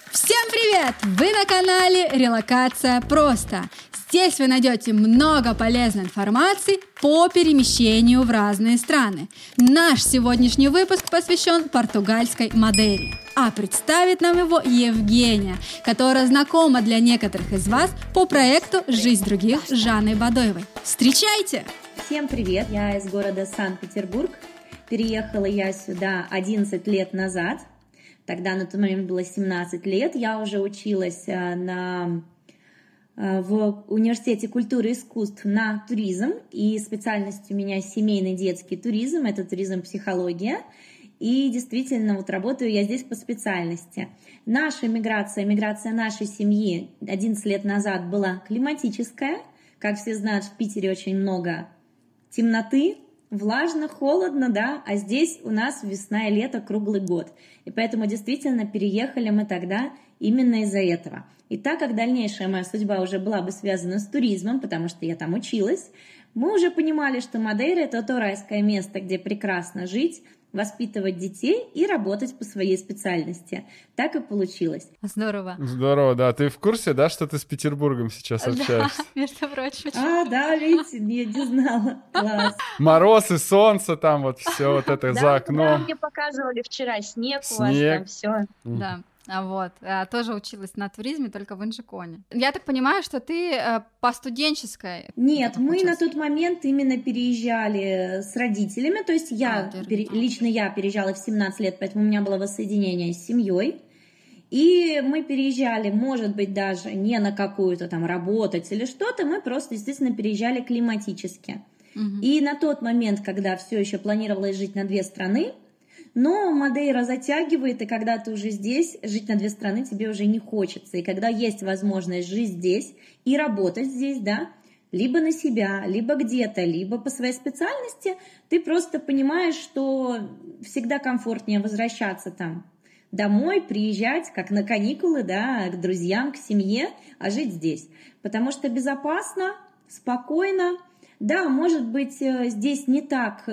Всем привет! Вы на канале Релокация Просто. Здесь вы найдете много полезной информации по перемещению в разные страны. Наш сегодняшний выпуск посвящен португальской Мадейре. А представит нам его Евгения, которая знакома для некоторых из вас по проекту «Жизнь других» с Жанной Бадоевой. Встречайте! Всем привет! Я из города Санкт-Петербург. Переехала я сюда 11 лет назад. Тогда на тот момент было 17 лет. Я уже училась в университете культуры и искусств на туризм. И специальность у меня семейный детский туризм. Это туризм-психология. И действительно, вот работаю я здесь по специальности. Наша миграция нашей семьи 11 лет назад была климатическая. Как все знают, в Питере очень много темноты, влажно, холодно, да, а здесь у нас весна и лето круглый год. И поэтому действительно переехали мы тогда именно из-за этого. И так как дальнейшая моя судьба уже была бы связана с туризмом, потому что я там училась, мы уже понимали, что Мадейра — это то райское место, где прекрасно жить, воспитывать детей и работать по своей специальности. Так и получилось. Здорово. Здорово, да. Ты в курсе, да, что ты с Петербургом сейчас общаешься? Да, между прочим. Да, видите, я не знала. Класс. Мороз и солнце там, вот все вот это за окном. Да, мне показывали вчера снег у вас там, все. Да. Тоже училась на туризме, только в Инжиконе. Я так понимаю, что ты по студенческой... Нет, мы на тот момент именно переезжали с родителями, то есть лично я переезжала в 17 лет, поэтому у меня было воссоединение с семьей. И мы переезжали, может быть, даже не на какую-то там работать или что-то, мы просто действительно переезжали климатически. И на тот момент, когда все еще планировалось жить на две страны, но Мадейра затягивает, и когда ты уже здесь, жить на две страны тебе уже не хочется. И когда есть возможность жить здесь и работать здесь, да, либо на себя, либо где-то, либо по своей специальности, ты просто понимаешь, что всегда комфортнее возвращаться там домой, приезжать, как на каникулы, да, к друзьям, к семье, а жить здесь. Потому что безопасно, спокойно. Да, может быть, здесь не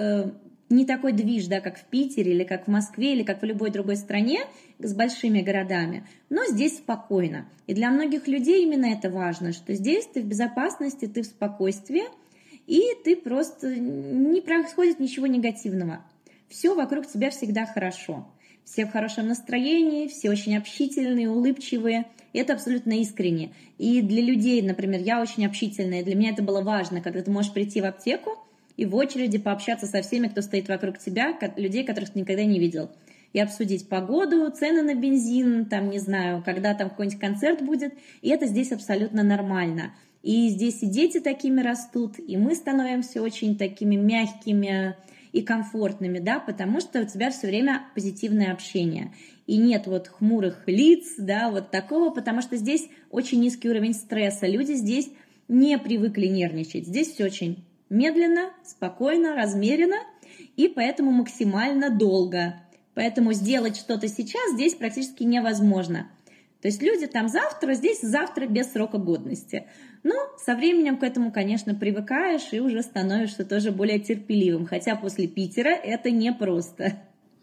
такой движ, да, как в Питере, или как в Москве, или как в любой другой стране с большими городами, но здесь спокойно. И для многих людей именно это важно, что здесь ты в безопасности, ты в спокойствии, и ты просто не происходит ничего негативного. Все вокруг тебя всегда хорошо. Все в хорошем настроении, все очень общительные, улыбчивые. Это абсолютно искренне. И для людей, например, я очень общительная, для меня это было важно, когда ты можешь прийти в аптеку и в очереди пообщаться со всеми, кто стоит вокруг тебя, людей, которых ты никогда не видел. И обсудить погоду, цены на бензин, там, не знаю, когда там какой-нибудь концерт будет. И это здесь абсолютно нормально. И здесь и дети такими растут, и мы становимся очень такими мягкими и комфортными, да, потому что у тебя все время позитивное общение. И нет вот хмурых лиц, да, вот такого, потому что здесь очень низкий уровень стресса. Люди здесь не привыкли нервничать. Здесь все очень медленно, спокойно, размеренно и поэтому максимально долго. Поэтому сделать что-то сейчас здесь практически невозможно. То есть люди там завтра, здесь завтра без срока годности. Но со временем к этому, конечно, привыкаешь и уже становишься тоже более терпеливым. Хотя после Питера это непросто.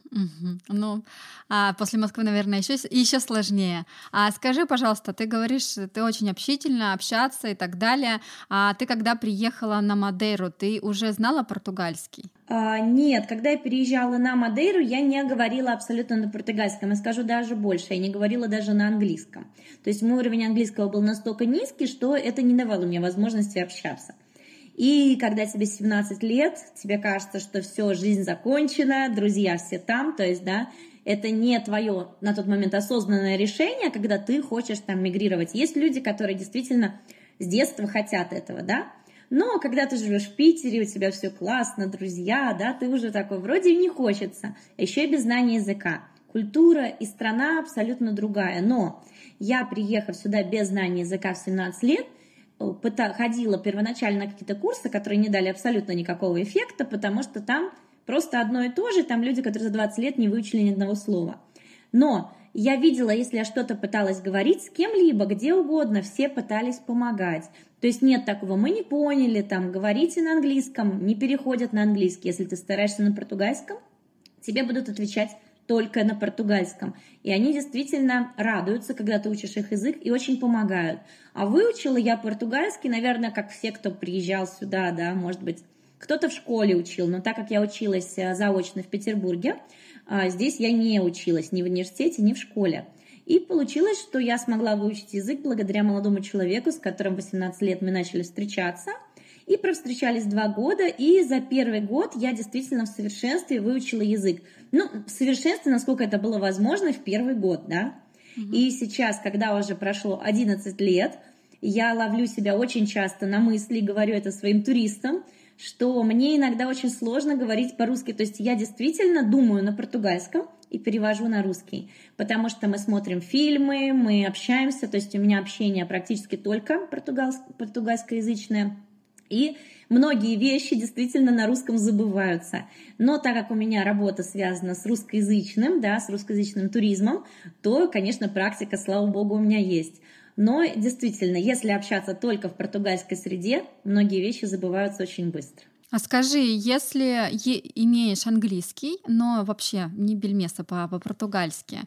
Ну, после Москвы, наверное, еще сложнее. Скажи, пожалуйста, ты говоришь, ты очень общительна, общаться и так далее. А ты когда приехала на Мадейру, ты уже знала португальский? Нет, когда я переезжала на Мадейру, я не говорила абсолютно на португальском. Я скажу даже больше, я не говорила даже на английском. То есть мой уровень английского был настолько низкий, что это не давало мне возможности общаться. И когда тебе 17 лет, тебе кажется, что все, жизнь закончена, друзья все там, то есть, да, это не твое на тот момент осознанное решение, когда ты хочешь там мигрировать. Есть люди, которые действительно с детства хотят этого, да, но когда ты живешь в Питере, у тебя все классно, друзья, да, ты уже такой, вроде и не хочется, еще и без знания языка. Культура и страна абсолютно другая, но я, приехав сюда без знания языка в 17 лет, ходила первоначально на какие-то курсы, которые не дали абсолютно никакого эффекта, потому что там просто одно и то же, там люди, которые за 20 лет не выучили ни одного слова. Но я видела, если я что-то пыталась говорить с кем-либо, где угодно, все пытались помогать. То есть нет такого, мы не поняли, там, говорите на английском, не переходят на английский. Если ты стараешься на португальском, тебе будут отвечать только на португальском. И они действительно радуются, когда ты учишь их язык, и очень помогают. А выучила я португальский, наверное, как все, кто приезжал сюда, да, может быть, кто-то в школе учил, но так как я училась заочно в Петербурге, здесь я не училась ни в университете, ни в школе. И получилось, что я смогла выучить язык благодаря молодому человеку, с которым 18 лет мы начали встречаться. И провстречались 2 года, и за первый год я действительно в совершенстве выучила язык. Ну, в совершенстве, насколько это было возможно, в первый год, да. И сейчас, когда уже прошло 11 лет, я ловлю себя очень часто на мысли, говорю это своим туристам, что мне иногда очень сложно говорить по-русски. То есть я действительно думаю на португальском и перевожу на русский, потому что мы смотрим фильмы, мы общаемся, то есть у меня общение практически только португальскоязычное. И многие вещи действительно на русском забываются. Но так как у меня работа связана с русскоязычным, да, с русскоязычным туризмом, то, конечно, практика, слава богу, у меня есть. Но действительно, если общаться только в португальской среде, многие вещи забываются очень быстро. А скажи, если имеешь английский, но вообще не бельмеса по-португальски,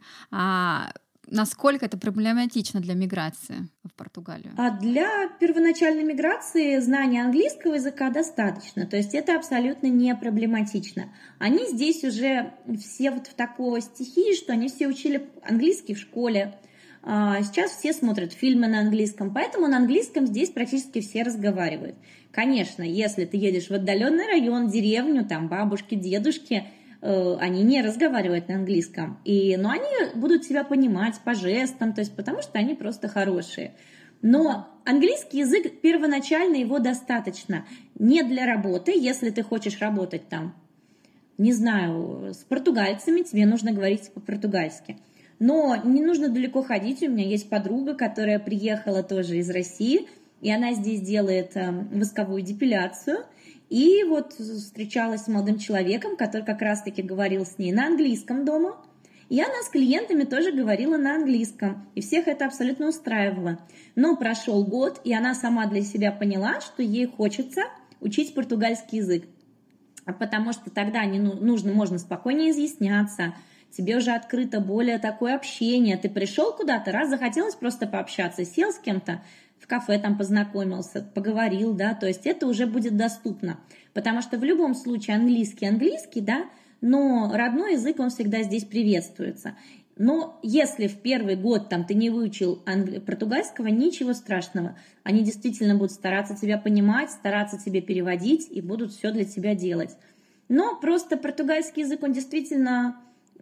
насколько это проблематично для миграции в Португалию? А для первоначальной миграции знания английского языка достаточно, то есть это абсолютно не проблематично. Они здесь уже все вот в такой стихии, что они все учили английский в школе. Сейчас все смотрят фильмы на английском, поэтому на английском здесь практически все разговаривают. Конечно, если ты едешь в отдаленный район, деревню, там бабушки, дедушки, они не разговаривают на английском, но они будут тебя понимать по жестам, то есть потому что они просто хорошие. Но английский язык первоначально его достаточно не для работы, если ты хочешь работать там, не знаю, с португальцами, тебе нужно говорить по-португальски. Но не нужно далеко ходить, у меня есть подруга, которая приехала тоже из России, и она здесь делает восковую депиляцию. И вот встречалась с молодым человеком, который как раз-таки говорил с ней на английском дома. И она с клиентами тоже говорила на английском. И всех это абсолютно устраивало. Но прошел год, и она сама для себя поняла, что ей хочется учить португальский язык. Потому что тогда можно спокойнее изъясняться. Тебе уже открыто более такое общение. Ты пришел куда-то, раз захотелось просто пообщаться, сел с кем-то, в кафе там познакомился, поговорил, да, то есть это уже будет доступно, потому что в любом случае английский, да, но родной язык, он всегда здесь приветствуется. Но если в первый год там ты не выучил португальского, ничего страшного, они действительно будут стараться тебя понимать, стараться тебе переводить и будут все для тебя делать. Но просто португальский язык, он действительно...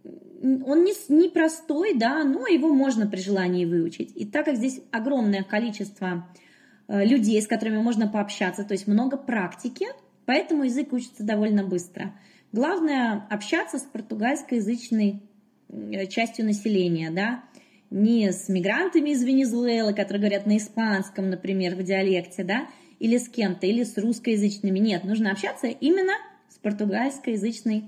Он не простой, да, но его можно при желании выучить. И так как здесь огромное количество людей, с которыми можно пообщаться, то есть много практики, поэтому язык учится довольно быстро. Главное общаться с португальскоязычной частью населения, да, не с мигрантами из Венесуэлы, которые говорят на испанском, например, в диалекте, да, или с кем-то, или с русскоязычными. Нет, нужно общаться именно с португальскоязычной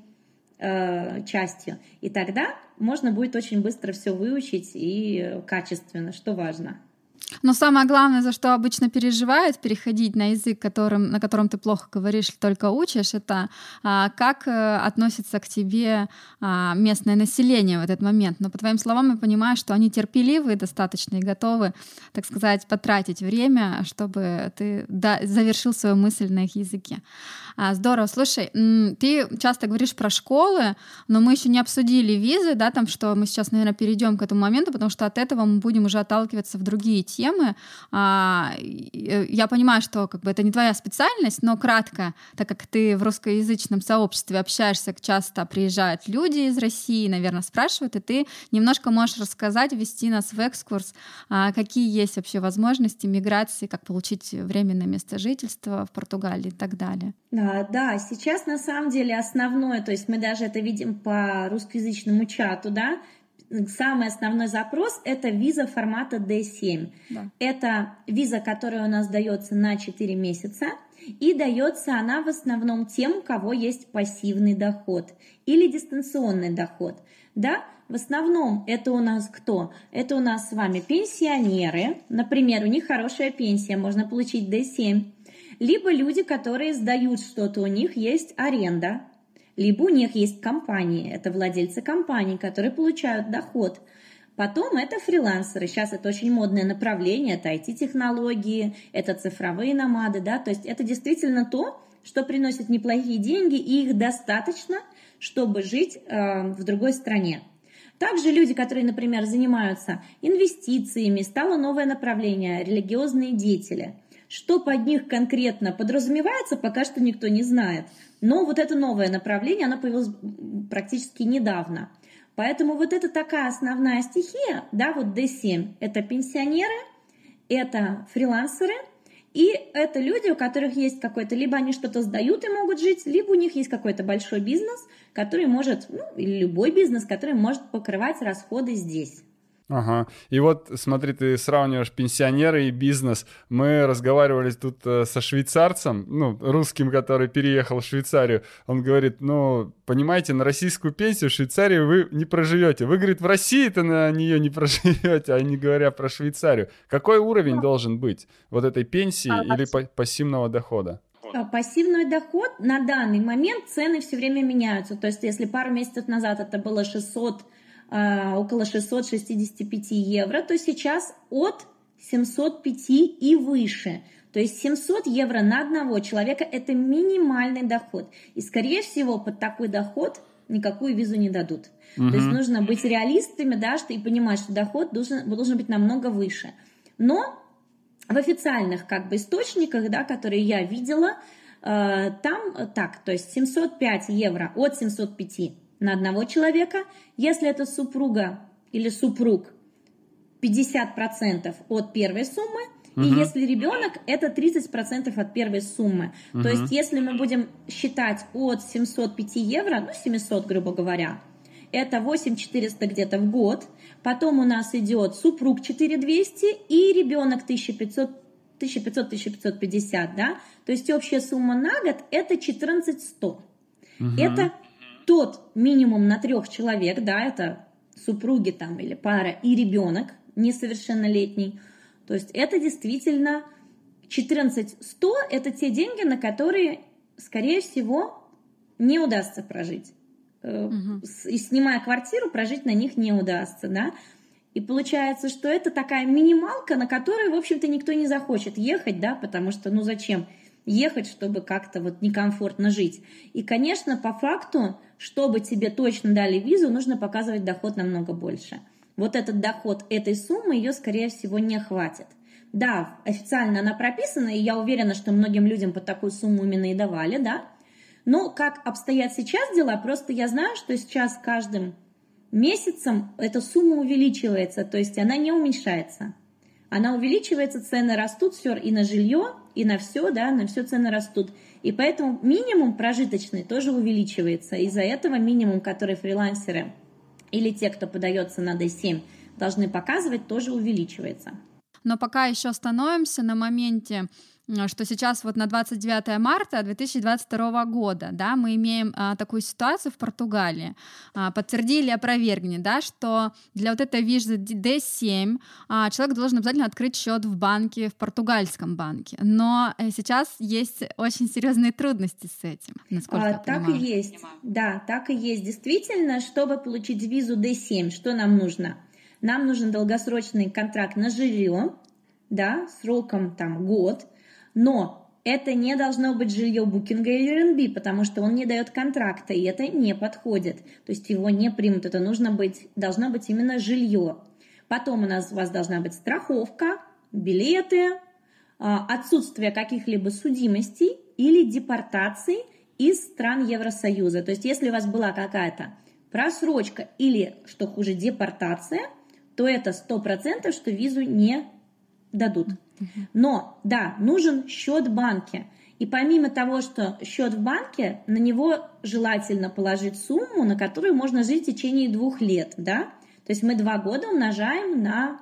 частью. И тогда можно будет очень быстро все выучить и качественно, что важно. Но самое главное, за что обычно переживают переходить на язык, на котором ты плохо говоришь, только учишь, это как относится к тебе местное население в этот момент. Но по твоим словам я понимаю, что они терпеливы достаточно и готовы, так сказать, потратить время, чтобы ты завершил свою мысль на их языке. Здорово. Слушай, ты часто говоришь про школы, но мы еще не обсудили визы, да, там, что мы сейчас, наверное, перейдем к этому моменту, потому что от этого мы будем уже отталкиваться в другие темы. Я понимаю, что как бы это не твоя специальность, но кратко, так как ты в русскоязычном сообществе общаешься, часто приезжают люди из России, наверное, спрашивают, и ты немножко можешь рассказать, ввести нас в экскурс, какие есть вообще возможности миграции, как получить временное место жительства в Португалии и так далее. Да, сейчас на самом деле основное, то есть мы даже это видим по русскоязычному чату, да, самый основной запрос – это виза формата D7. Да. Это виза, которая у нас дается на 4 месяца, и дается она в основном тем, у кого есть пассивный доход или дистанционный доход. Да? В основном это у нас кто? Это у нас с вами пенсионеры, например, у них хорошая пенсия, можно получить D7. Либо люди, которые сдают что-то, у них есть аренда. либо у них есть компании, это владельцы компаний, которые получают доход. Потом это фрилансеры, сейчас это очень модное направление, это IT-технологии, это цифровые номады, да, то есть это действительно то, что приносит неплохие деньги, и их достаточно, чтобы жить в другой стране. Также люди, которые, например, занимаются инвестициями, стало новое направление – религиозные деятели. Что под них конкретно подразумевается, пока что никто не знает. Но вот это новое направление, оно появилось практически недавно. Поэтому вот это такая основная стихия, да, вот D7 – это пенсионеры, это фрилансеры, и это люди, у которых есть какой-то, либо они что-то сдают и могут жить, либо у них есть какой-то большой бизнес, который может, или любой бизнес, который может покрывать расходы здесь. Ага. И вот, смотри, ты сравниваешь пенсионеры и бизнес. Мы разговаривали тут со швейцарцем, русским, который переехал в Швейцарию. Он говорит, понимаете, на российскую пенсию в Швейцарии вы не проживете. Вы, говорит, в России-то на нее не проживете, а не говоря про Швейцарию. Какой уровень должен быть вот этой пенсии или пассивного дохода? Пассивный доход на данный момент, цены все время меняются. То есть, если пару месяцев назад это было около 665 евро, то сейчас от 705 и выше. То есть 700 евро на одного человека – это минимальный доход. И, скорее всего, под такой доход никакую визу не дадут. То есть нужно быть реалистами, да, и понимать, что доход должен быть намного выше. Но в официальных источниках, да, которые я видела, там так, то есть 705 евро от 705 на одного человека. Если это супруга или супруг, 50% от первой суммы. И если ребенок, это 30% от первой суммы. То есть если мы будем считать от 705 евро, 700, грубо говоря, это 8400 где-то в год. Потом у нас идет супруг 4200 и ребенок 1500-1550, да? То есть общая сумма на год это 14100. Это тот минимум на 3 человек, да, это супруги там или пара и ребенок несовершеннолетний. То есть это действительно 14100, это те деньги, на которые, скорее всего, не удастся прожить. И снимая квартиру, прожить на них не удастся, да. И получается, что это такая минималка, на которую, в общем-то, никто не захочет ехать, да, потому что, зачем ехать, чтобы как-то некомфортно жить. И, конечно, по факту, чтобы тебе точно дали визу, нужно показывать доход намного больше. Вот этот доход этой суммы, ее, скорее всего, не хватит. Да, официально она прописана, и я уверена, что многим людям под такую сумму именно и давали, да. Но как обстоят сейчас дела, просто я знаю, что сейчас каждым месяцем эта сумма увеличивается, то есть она не уменьшается. Она увеличивается, цены растут, все и на жилье, и на все, да, на все цены растут. И поэтому минимум прожиточный тоже увеличивается. Из-за этого минимум, который фрилансеры или те, кто подается на D7, должны показывать, тоже увеличивается. Но пока еще остановимся на моменте, что сейчас на 29 марта 2022 года, да, мы имеем такую ситуацию в Португалии, подтверди или опровергни, да, что для этой визы D7 человек должен обязательно открыть счет в банке, в португальском банке, но сейчас есть очень серьезные трудности с этим, насколько я понимаю. Так и есть, да, так и есть. Действительно, чтобы получить визу D7, что нам нужно? Нам нужен долгосрочный контракт на жилье, да, сроком год, но это не должно быть жилье Booking или Airbnb, потому что он не дает контракта, и это не подходит. То есть его не примут, это должно быть именно жилье. Потом у вас должна быть страховка, билеты, отсутствие каких-либо судимостей или депортаций из стран Евросоюза. То есть если у вас была какая-то просрочка или, что хуже, депортация, то это 100%, что визу не дадут. Но, да, нужен счет в банке. И помимо того, что счет в банке, на него желательно положить сумму, на которую можно жить в течение 2 лет, да? То есть мы 2 года умножаем на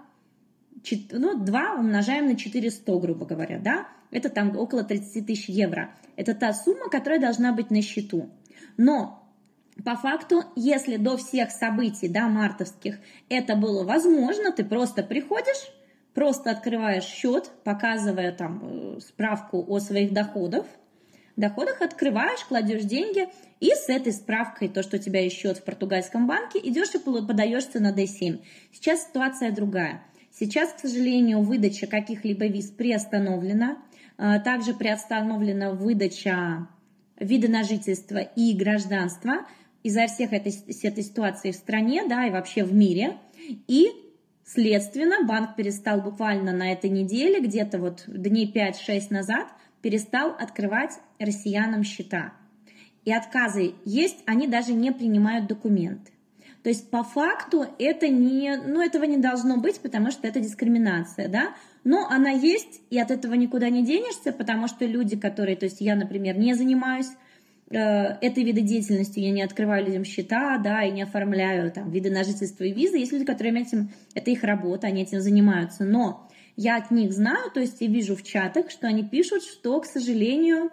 2 умножаем на 400, грубо говоря, да? Это около 30 тысяч евро. Это та сумма, которая должна быть на счету. Но по факту, если до всех событий, да, мартовских, это было возможно, ты просто приходишь, просто открываешь счет, показывая справку о своих доходах, доходах, открываешь, кладешь деньги, и с этой справкой, то, что у тебя есть счет в португальском банке, идешь и подаешься на D7. Сейчас ситуация другая. Сейчас, к сожалению, выдача каких-либо виз приостановлена. Также приостановлена выдача вида на жительство и гражданства из-за всех этой ситуации в стране, да, и вообще в мире. И, следственно, банк перестал буквально на этой неделе, где-то вот дней 5-6 назад, перестал открывать россиянам счета. И отказы есть, они даже не принимают документы. То есть по факту это этого не должно быть, потому что это дискриминация, да? Но она есть, и от этого никуда не денешься, потому что люди, которые, то есть я, например, не занимаюсь этой видом деятельности, я не открываю людям счета, да, и не оформляю там виды на жительство и визы. Есть люди, которым это их работа, они этим занимаются, но я от них знаю, то есть я вижу в чатах, что они пишут, что, к сожалению,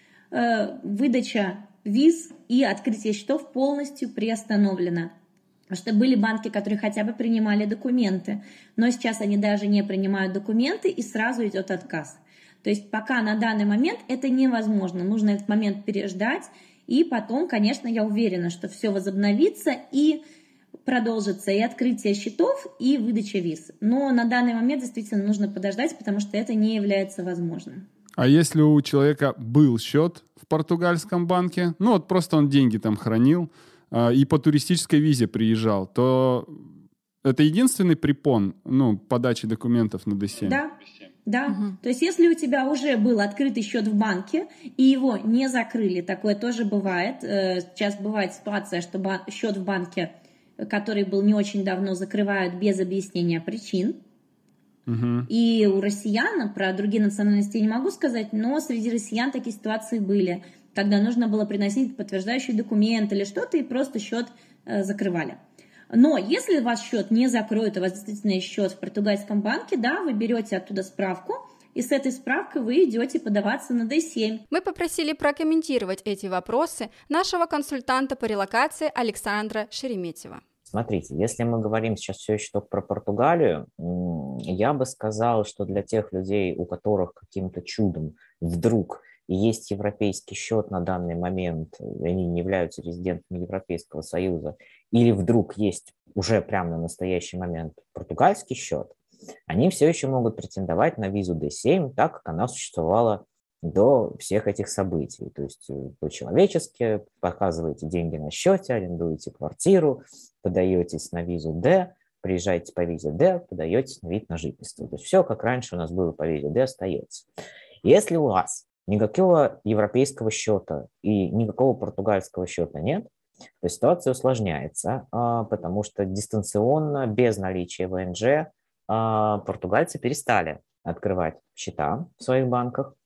выдача виз и открытие счетов полностью приостановлена. Потому что были банки, которые хотя бы принимали документы, но сейчас они даже не принимают документы, и сразу идет отказ. То есть пока на данный момент это невозможно. Нужно этот момент переждать, и потом, конечно, я уверена, что все возобновится и продолжится и открытие счетов, и выдача виз. Но на данный момент действительно нужно подождать, потому что это не является возможным. А если у человека был счет в португальском банке, ну вот просто он деньги там хранил и по туристической визе приезжал, то это единственный препон, подачи документов на D7? Да. Угу. То есть если у тебя уже был открытый счет в банке, и его не закрыли, такое тоже бывает. Сейчас бывает ситуация, что счет в банке, который был не очень давно, закрывают без объяснения причин. Угу. И у россиян, про другие национальности я не могу сказать, но среди россиян такие ситуации были, когда нужно было приносить подтверждающий документ или что-то, и просто счет закрывали. Но если ваш счет не закроют, у вас действительно есть счет в португальском банке, да, вы берете оттуда справку, и с этой справкой вы идете подаваться на D7. Мы попросили прокомментировать эти вопросы нашего консультанта по релокации Александра Шереметьева. Смотрите, если мы говорим сейчас все еще только про Португалию, я бы сказал, что для тех людей, у которых каким-то чудом вдруг есть европейский счет на данный момент, они не являются резидентами Европейского Союза, или вдруг есть уже прямо на настоящий момент португальский счет, они все еще могут претендовать на визу D7, так как она существовала до всех этих событий. То есть по-человечески показываете деньги на счете, арендуете квартиру, подаетесь на визу D, приезжаете по визе D, подаетесь на вид на жительство. То есть все, как раньше у нас было по визе D, остается. Если у вас никакого европейского счета и никакого португальского счета нет, то ситуация усложняется, потому что дистанционно, без наличия ВНЖ, португальцы перестали открывать счета в своих банках,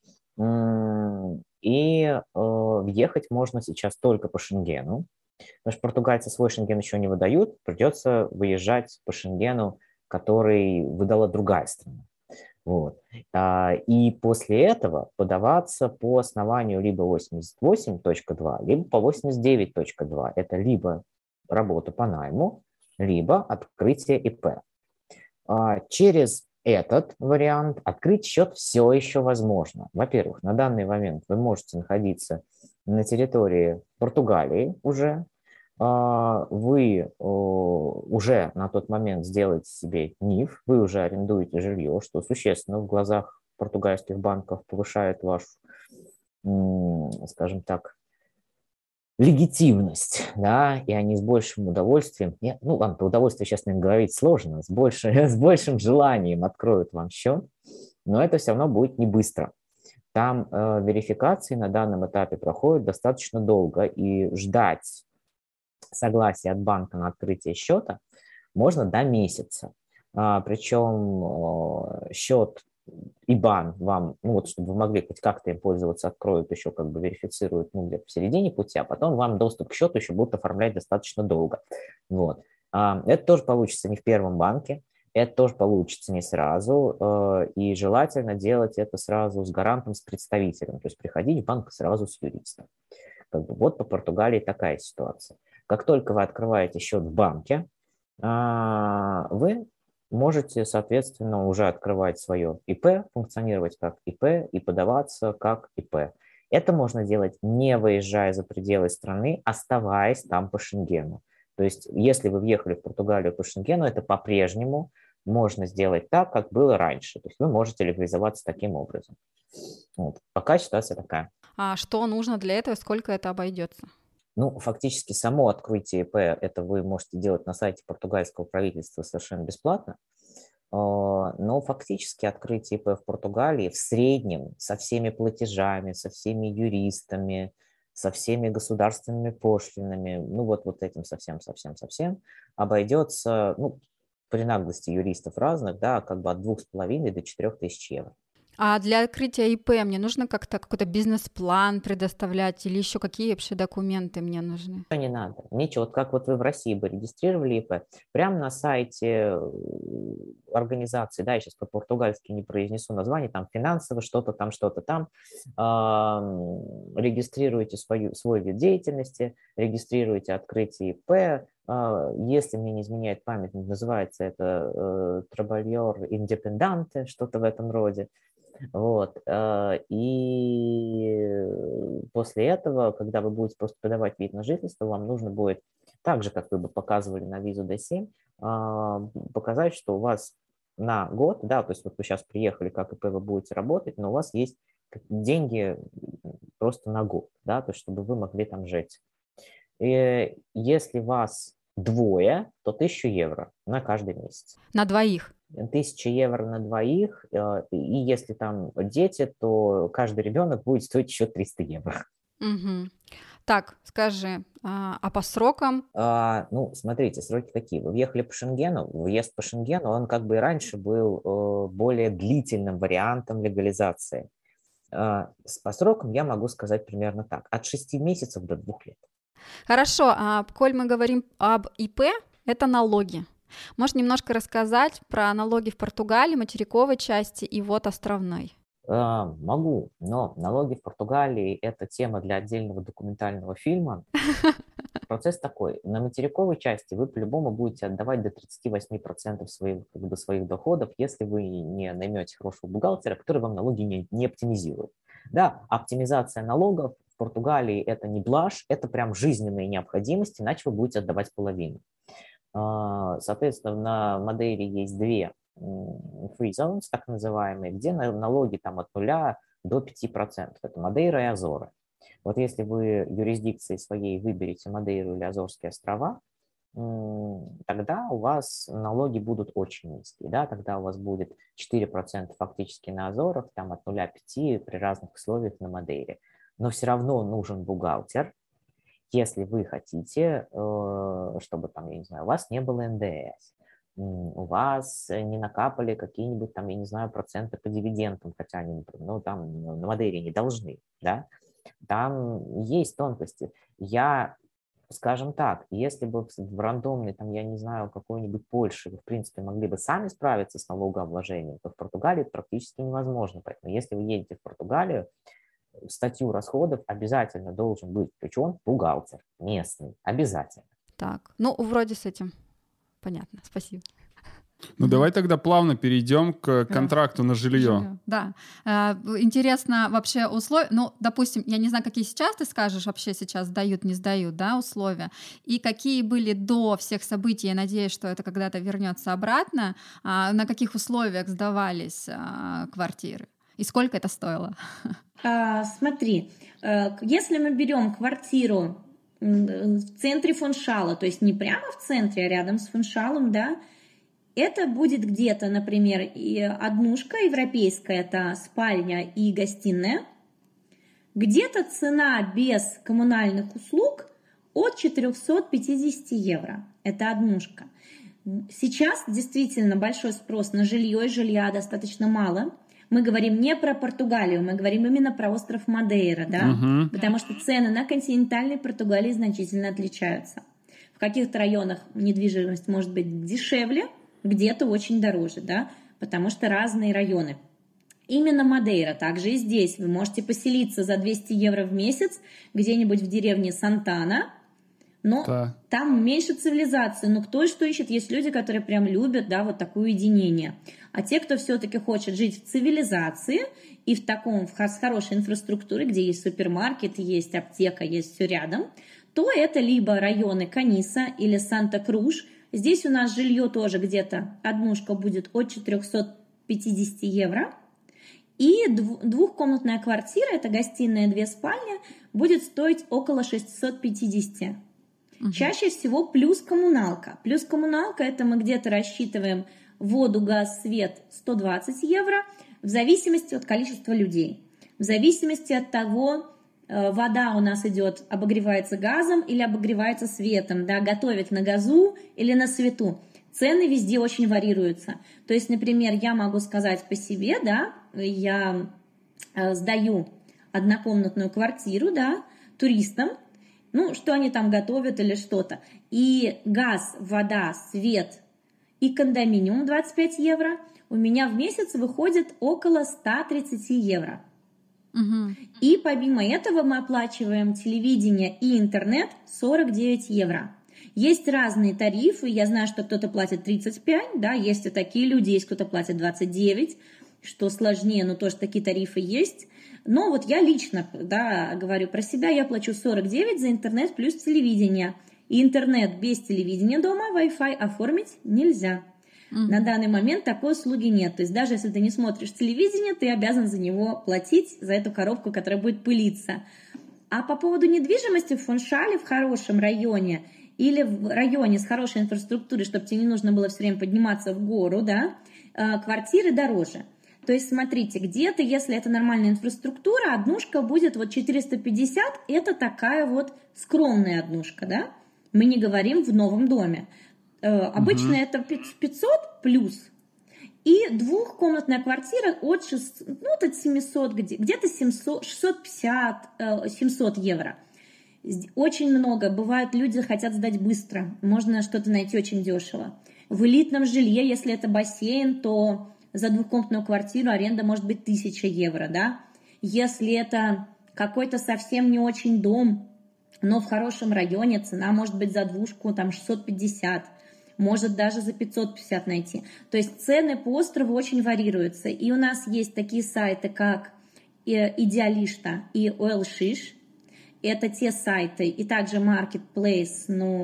и въехать можно сейчас только по Шенгену, потому что португальцы свой Шенген еще не выдают, придется выезжать по Шенгену, который выдала другая страна. Вот. И после этого подаваться по основанию либо 88.2, либо по 89.2. Это либо работа по найму, либо открытие ИП. Через этот вариант открыть счет все еще возможно. Во-первых, на данный момент вы можете находиться на территории Португалии уже. Вы уже на тот момент сделаете себе НИФ, вы уже арендуете жилье, что существенно в глазах португальских банков повышает вашу, скажем так, легитимность, да, и они с большим удовольствием, вам по удовольствию сейчас, наверное, говорить сложно, с большим желанием откроют вам счет, но это все равно будет не быстро. Там верификации на данном этапе проходят достаточно долго, и ждать согласия от банка на открытие счета можно до месяца. Причем счет IBAN вам, чтобы вы могли хоть как-то им пользоваться, откроют еще, верифицируют, где-то в середине пути, а потом вам доступ к счету еще будут оформлять достаточно долго. Вот. Это тоже получится не в первом банке, это тоже получится не сразу, и желательно делать это сразу с гарантом, с представителем, то есть приходить в банк сразу с юристом. Вот по Португалии такая ситуация. Как только вы открываете счет в банке, вы можете, соответственно, уже открывать свое ИП, функционировать как ИП и подаваться как ИП. Это можно делать, не выезжая за пределы страны, оставаясь там по Шенгену. То есть, если вы въехали в Португалию по Шенгену, это по-прежнему можно сделать так, как было раньше. То есть вы можете легализоваться таким образом. Вот. Пока ситуация такая. А что нужно для этого, сколько это обойдется? Ну, фактически само открытие ИП, это вы можете делать на сайте португальского правительства совершенно бесплатно. Но фактически открытие ИП в Португалии в среднем со всеми платежами, со всеми юристами, со всеми государственными пошлинами, ну вот этим совсем обойдется, ну, при наглости юристов разных, да, как бы от 2,5 до 4 тысяч евро. А для открытия ИП мне нужно как-то какой-то бизнес-план предоставлять или еще какие вообще документы мне нужны? Не надо, ничего. Вот как вот вы в России бы регистрировали ИП, прямо на сайте организации, да, я сейчас по-португальски не произнесу название, там финансово что-то там, регистрируете свой вид деятельности, регистрируете открытие ИП, если мне не изменяет память, называется это Trabalhador Independente, что-то в этом роде. Вот. И после этого, когда вы будете просто подавать вид на жительство, вам нужно будет, так же, как вы бы показывали на визу D7, показать, что у вас на год, да, то есть вот вы сейчас приехали, как ИП вы будете работать, но у вас есть деньги просто на год, да, то есть чтобы вы могли там жить. И если вас двое, то 1000 евро на каждый месяц. На двоих? 1000 евро на двоих, и если там дети, то каждый ребенок будет стоить еще 300 евро. Угу. Так, скажи, а по срокам? Ну, смотрите, сроки какие. Вы въехали по Шенгену, въезд по Шенгену, он как бы и раньше был более длительным вариантом легализации. По срокам я могу сказать примерно так, от 6 месяцев до 2 лет. Хорошо, коль мы говорим об ИП, это налоги. Можешь немножко рассказать про налоги в Португалии, материковой части и вот островной? Могу, но налоги в Португалии – это тема для отдельного документального фильма. Процесс такой. На материковой части вы по-любому будете отдавать до 38% своих доходов, если вы не наймете хорошего бухгалтера, который вам налоги не оптимизирует. Да, оптимизация налогов в Португалии – это не блажь, это прям жизненная необходимость, иначе вы будете отдавать половину. Соответственно, на Мадейре есть 2 free zones, так называемые, где налоги там от 0 до 5%. Это Мадейра и Азоры. Вот если вы юрисдикцией своей выберете Мадейру или Азорские острова, тогда у вас налоги будут очень низкие. Да? Тогда у вас будет 4% фактически на Азорах, там от 0,5% при разных условиях на Мадейре. Но все равно нужен бухгалтер, если вы хотите, чтобы там, я не знаю, у вас не было НДС, у вас не накапали какие-нибудь там, я не знаю, проценты по дивидендам, хотя они, ну, там на Мадейре не должны, да, там есть тонкости. Скажем так, если бы в рандомной, там, я не знаю, какой-нибудь Польше вы, в принципе, могли бы сами справиться с налогообложением, то в Португалии это практически невозможно. Поэтому если вы едете в Португалию, в статью расходов обязательно должен быть включен бухгалтер местный, обязательно. Так, ну, вроде с этим понятно, спасибо. Ну, давай тогда плавно перейдем к контракту на жилье. Да. Интересно вообще условия, ну, допустим, я не знаю, какие сейчас ты скажешь, вообще сейчас сдают, не сдают, да, условия, и какие были до всех событий, я надеюсь, что это когда-то вернется обратно, на каких условиях сдавались квартиры, и сколько это стоило? Смотри, если мы берем квартиру в центре Фуншала, то есть не прямо в центре, а рядом с Фуншалом, да, это будет где-то, например, и однушка европейская, это спальня и гостиная, где-то цена без коммунальных услуг от 450 евро, это однушка. Сейчас действительно большой спрос на жилье, и жилья достаточно мало. Мы говорим не про Португалию, мы говорим именно про остров Мадейра, да? Потому что цены на континентальной Португалии значительно отличаются. В каких-то районах недвижимость может быть дешевле, где-то очень дороже, да? Потому что разные районы. Именно Мадейра, также и здесь. Вы можете поселиться за 200 евро в месяц где-нибудь в деревне Сантана, но там меньше цивилизации. Но кто что ищет? Есть люди, которые прям любят, да, вот такое уединение. А те, кто все-таки хочет жить в цивилизации и с хорошей инфраструктурой, где есть супермаркет, есть аптека, есть все рядом, то это либо районы Каниса или Санта-Круш. Здесь у нас жилье тоже где-то, однушка будет от 450 евро. И двухкомнатная квартира, это гостиная, 2 спальни, будет стоить около 650. Чаще всего плюс коммуналка. Плюс коммуналка, это мы где-то рассчитываем воду, газ, свет 120 евро, в зависимости от количества людей. В зависимости от того, вода у нас идет, обогревается газом или обогревается светом, да, готовят на газу или на свету. Цены везде очень варьируются. То есть, например, я могу сказать по себе, да, я сдаю однокомнатную квартиру, да, туристам, ну, что они там готовят или что-то. И газ, вода, свет и кондоминиум 25 евро у меня в месяц выходит около 130 евро. И помимо этого мы оплачиваем телевидение и интернет 49 евро. Есть разные тарифы, я знаю, что кто-то платит 35, да, есть и такие люди, есть кто-то платит 29, что сложнее, но тоже такие тарифы есть. Но вот я лично, да, говорю про себя, я плачу 49 за интернет плюс телевидение. И интернет без телевидения дома, Wi-Fi оформить нельзя. На данный момент такой услуги нет. То есть даже если ты не смотришь телевидение, ты обязан за него платить, за эту коробку, которая будет пылиться. А по поводу недвижимости в Фуншале, в хорошем районе, или в районе с хорошей инфраструктурой, чтобы тебе не нужно было все время подниматься в гору, да, квартиры дороже. То есть, смотрите, где-то, если это нормальная инфраструктура, однушка будет вот 450, это такая вот скромная однушка, да. Мы не говорим в новом доме. Обычно это 500 плюс. И двухкомнатная квартира от 700, где-то 700, 650, 700 евро. Очень много. Бывает, люди хотят сдать быстро. Можно что-то найти очень дешево. В элитном жилье, если это бассейн, то за двухкомнатную квартиру аренда может быть 1000 евро, да. Если это какой-то совсем не очень дом, но в хорошем районе, цена может быть за двушку там 650, может даже за 550 найти. То есть цены по острову очень варьируются. И у нас есть такие сайты, как Идеалишта и Оэлшиш. Это те сайты, и также Marketplace,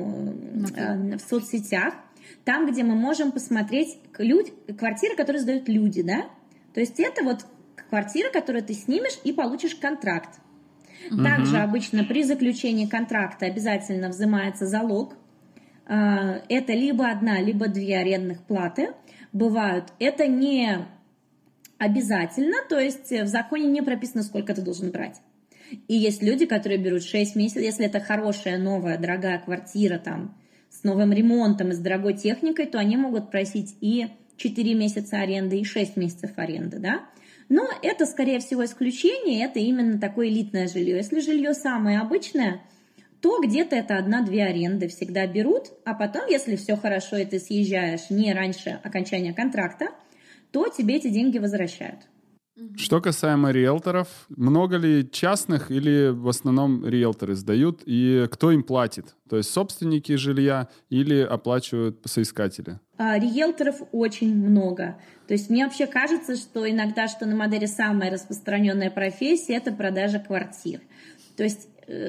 в соцсетях, там, где мы можем посмотреть квартиры, которые сдают люди, да? То есть это вот квартира, которую ты снимешь и получишь контракт. Также обычно при заключении контракта обязательно взимается залог. Это либо 1, либо 2 арендных платы бывают. Это не обязательно, то есть в законе не прописано, сколько ты должен брать. И есть люди, которые берут 6 месяцев, если это хорошая, новая, дорогая квартира там, с новым ремонтом и с дорогой техникой, то они могут просить и 4 месяца аренды, и 6 месяцев аренды, да. Но это, скорее всего, исключение, это именно такое элитное жилье. Если жилье самое обычное, то где-то это 1-2 аренды всегда берут, а потом, если все хорошо, и ты съезжаешь не раньше окончания контракта, то тебе эти деньги возвращают. Что касаемо риэлторов, много ли частных или в основном риэлторы сдают, и кто им платит? То есть собственники жилья или оплачивают соискатели? Риэлторов очень много. То есть мне вообще кажется, что иногда, что на Мадейре самая распространенная профессия – это продажа квартир. То есть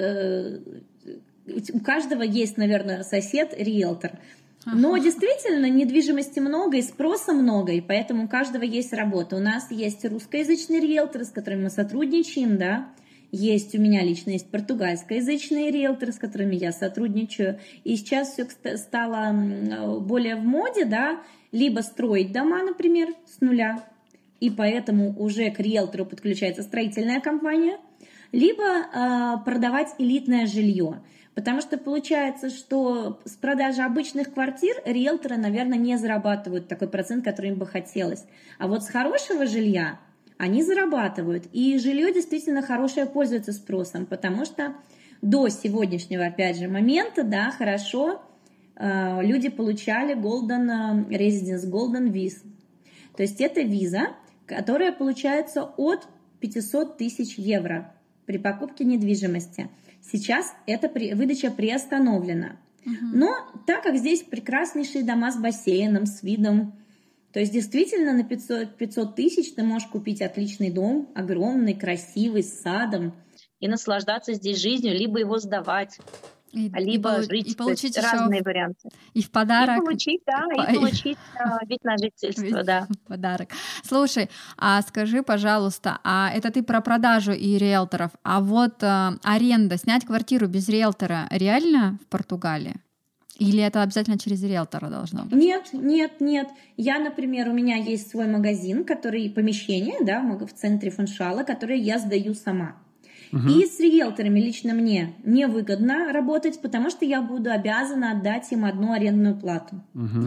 у каждого есть, наверное, сосед-риэлтор. Но действительно недвижимости много и спроса много, и поэтому у каждого есть работа. У нас есть русскоязычные риэлторы, с которыми мы сотрудничаем, да. У меня лично есть португальскоязычные риэлторы, с которыми я сотрудничаю. И сейчас все стало более в моде, да, либо строить дома, например, с нуля, и поэтому уже к риэлтору подключается строительная компания, либо продавать элитное жилье. Потому что получается, что с продажи обычных квартир риэлторы, наверное, не зарабатывают такой процент, который им бы хотелось. А вот с хорошего жилья они зарабатывают. И жилье действительно хорошее пользуется спросом, потому что до сегодняшнего, опять же, момента, да, хорошо, люди получали Golden Residence, Golden Visa. То есть это виза, которая получается от 500 тысяч евро при покупке недвижимости. Сейчас эта выдача приостановлена. Но так как здесь прекраснейшие дома с бассейном, с видом, то есть действительно на 500 тысяч ты можешь купить отличный дом, огромный, красивый, с садом. И наслаждаться здесь жизнью, либо его сдавать. Либо жить, и получить разные варианты. И в подарок. И получить, да, и получить вид на жительство, да. Подарок. Слушай, а скажи, пожалуйста, а это ты про продажу и риэлторов, а вот аренда, снять квартиру без риэлтора реально в Португалии? Или это обязательно через риэлтора должно быть? Нет. Я, например, у меня есть свой магазин, помещение, да, в центре Фуншала, которое я сдаю сама. И с риэлторами лично мне невыгодно работать, потому что я буду обязана отдать им одну арендную плату.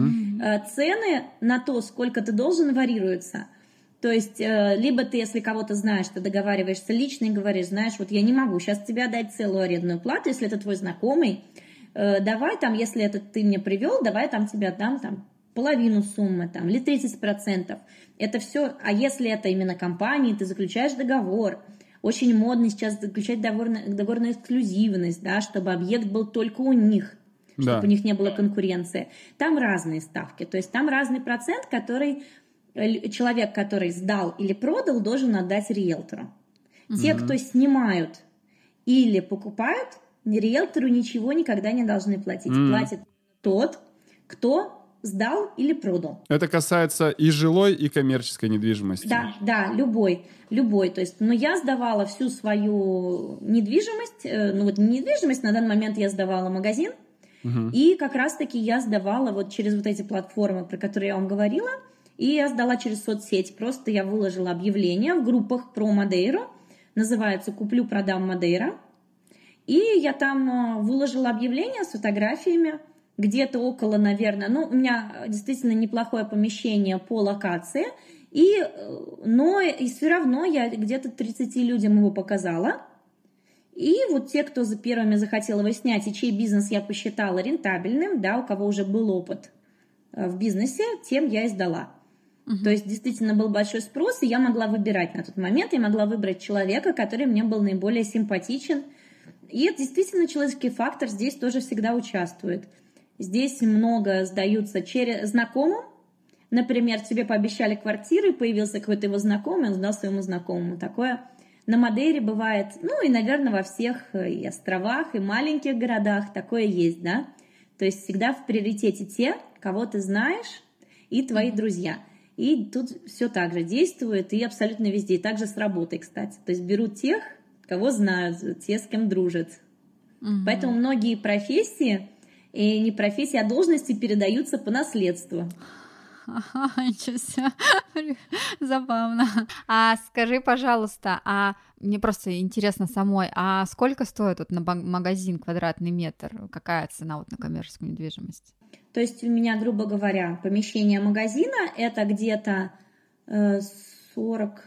Цены на то, сколько ты должен, варьируются. То есть, либо ты, если кого-то знаешь, ты договариваешься лично и говоришь, знаешь, вот я не могу сейчас тебе отдать целую арендную плату, если это твой знакомый, давай там, если это ты мне привел, давай там тебе отдам там половину суммы там, или 30%. Это все, а если это именно компания, ты заключаешь договор. Очень модно сейчас заключать договор на эксклюзивность, да, чтобы объект был только у них, чтобы у них не было конкуренции. Там разные ставки, то есть там разный процент, который человек, который сдал или продал, должен отдать риэлтору. Те, кто снимают или покупают, риэлтору ничего никогда не должны платить. Платит тот, кто сдал или продал. Это касается и жилой, и коммерческой недвижимости. Да, любой. То есть, я сдавала всю свою недвижимость, недвижимость, на данный момент я сдавала магазин, и как раз-таки я сдавала вот через вот эти платформы, про которые я вам говорила, и я сдала через соцсеть. Просто я выложила объявление в группах про Мадейру, называется «Куплю-продам Мадейра», и я там выложила объявление с фотографиями, где-то около, наверное, у меня действительно неплохое помещение по локации, но все равно я где-то 30 людям его показала. И вот те, кто первыми захотел его снять, и чей бизнес я посчитала рентабельным, да, у кого уже был опыт в бизнесе, тем я и сдала. То есть действительно был большой спрос, и я могла выбирать на тот момент, я могла выбрать человека, который мне был наиболее симпатичен. И это действительно человеческий фактор здесь тоже всегда участвует. Здесь много сдаются через знакомым. Например, тебе пообещали квартиры, появился какой-то его знакомый, он сдал своему знакомому. Такое на Мадейре бывает, и, наверное, во всех и островах, и маленьких городах такое есть, да. То есть всегда в приоритете те, кого ты знаешь, и твои друзья. И тут все так же действует, и абсолютно везде. И также с работой, кстати. То есть берут тех, кого знают, те, с кем дружат. Поэтому многие профессии... И не профессии, а должности передаются по наследству. Ничего себе. Забавно. А скажи, пожалуйста, мне просто интересно самой, а сколько стоит вот на магазин квадратный метр? Какая цена вот на коммерческую недвижимость? То есть у меня, грубо говоря, помещение магазина это где-то 40,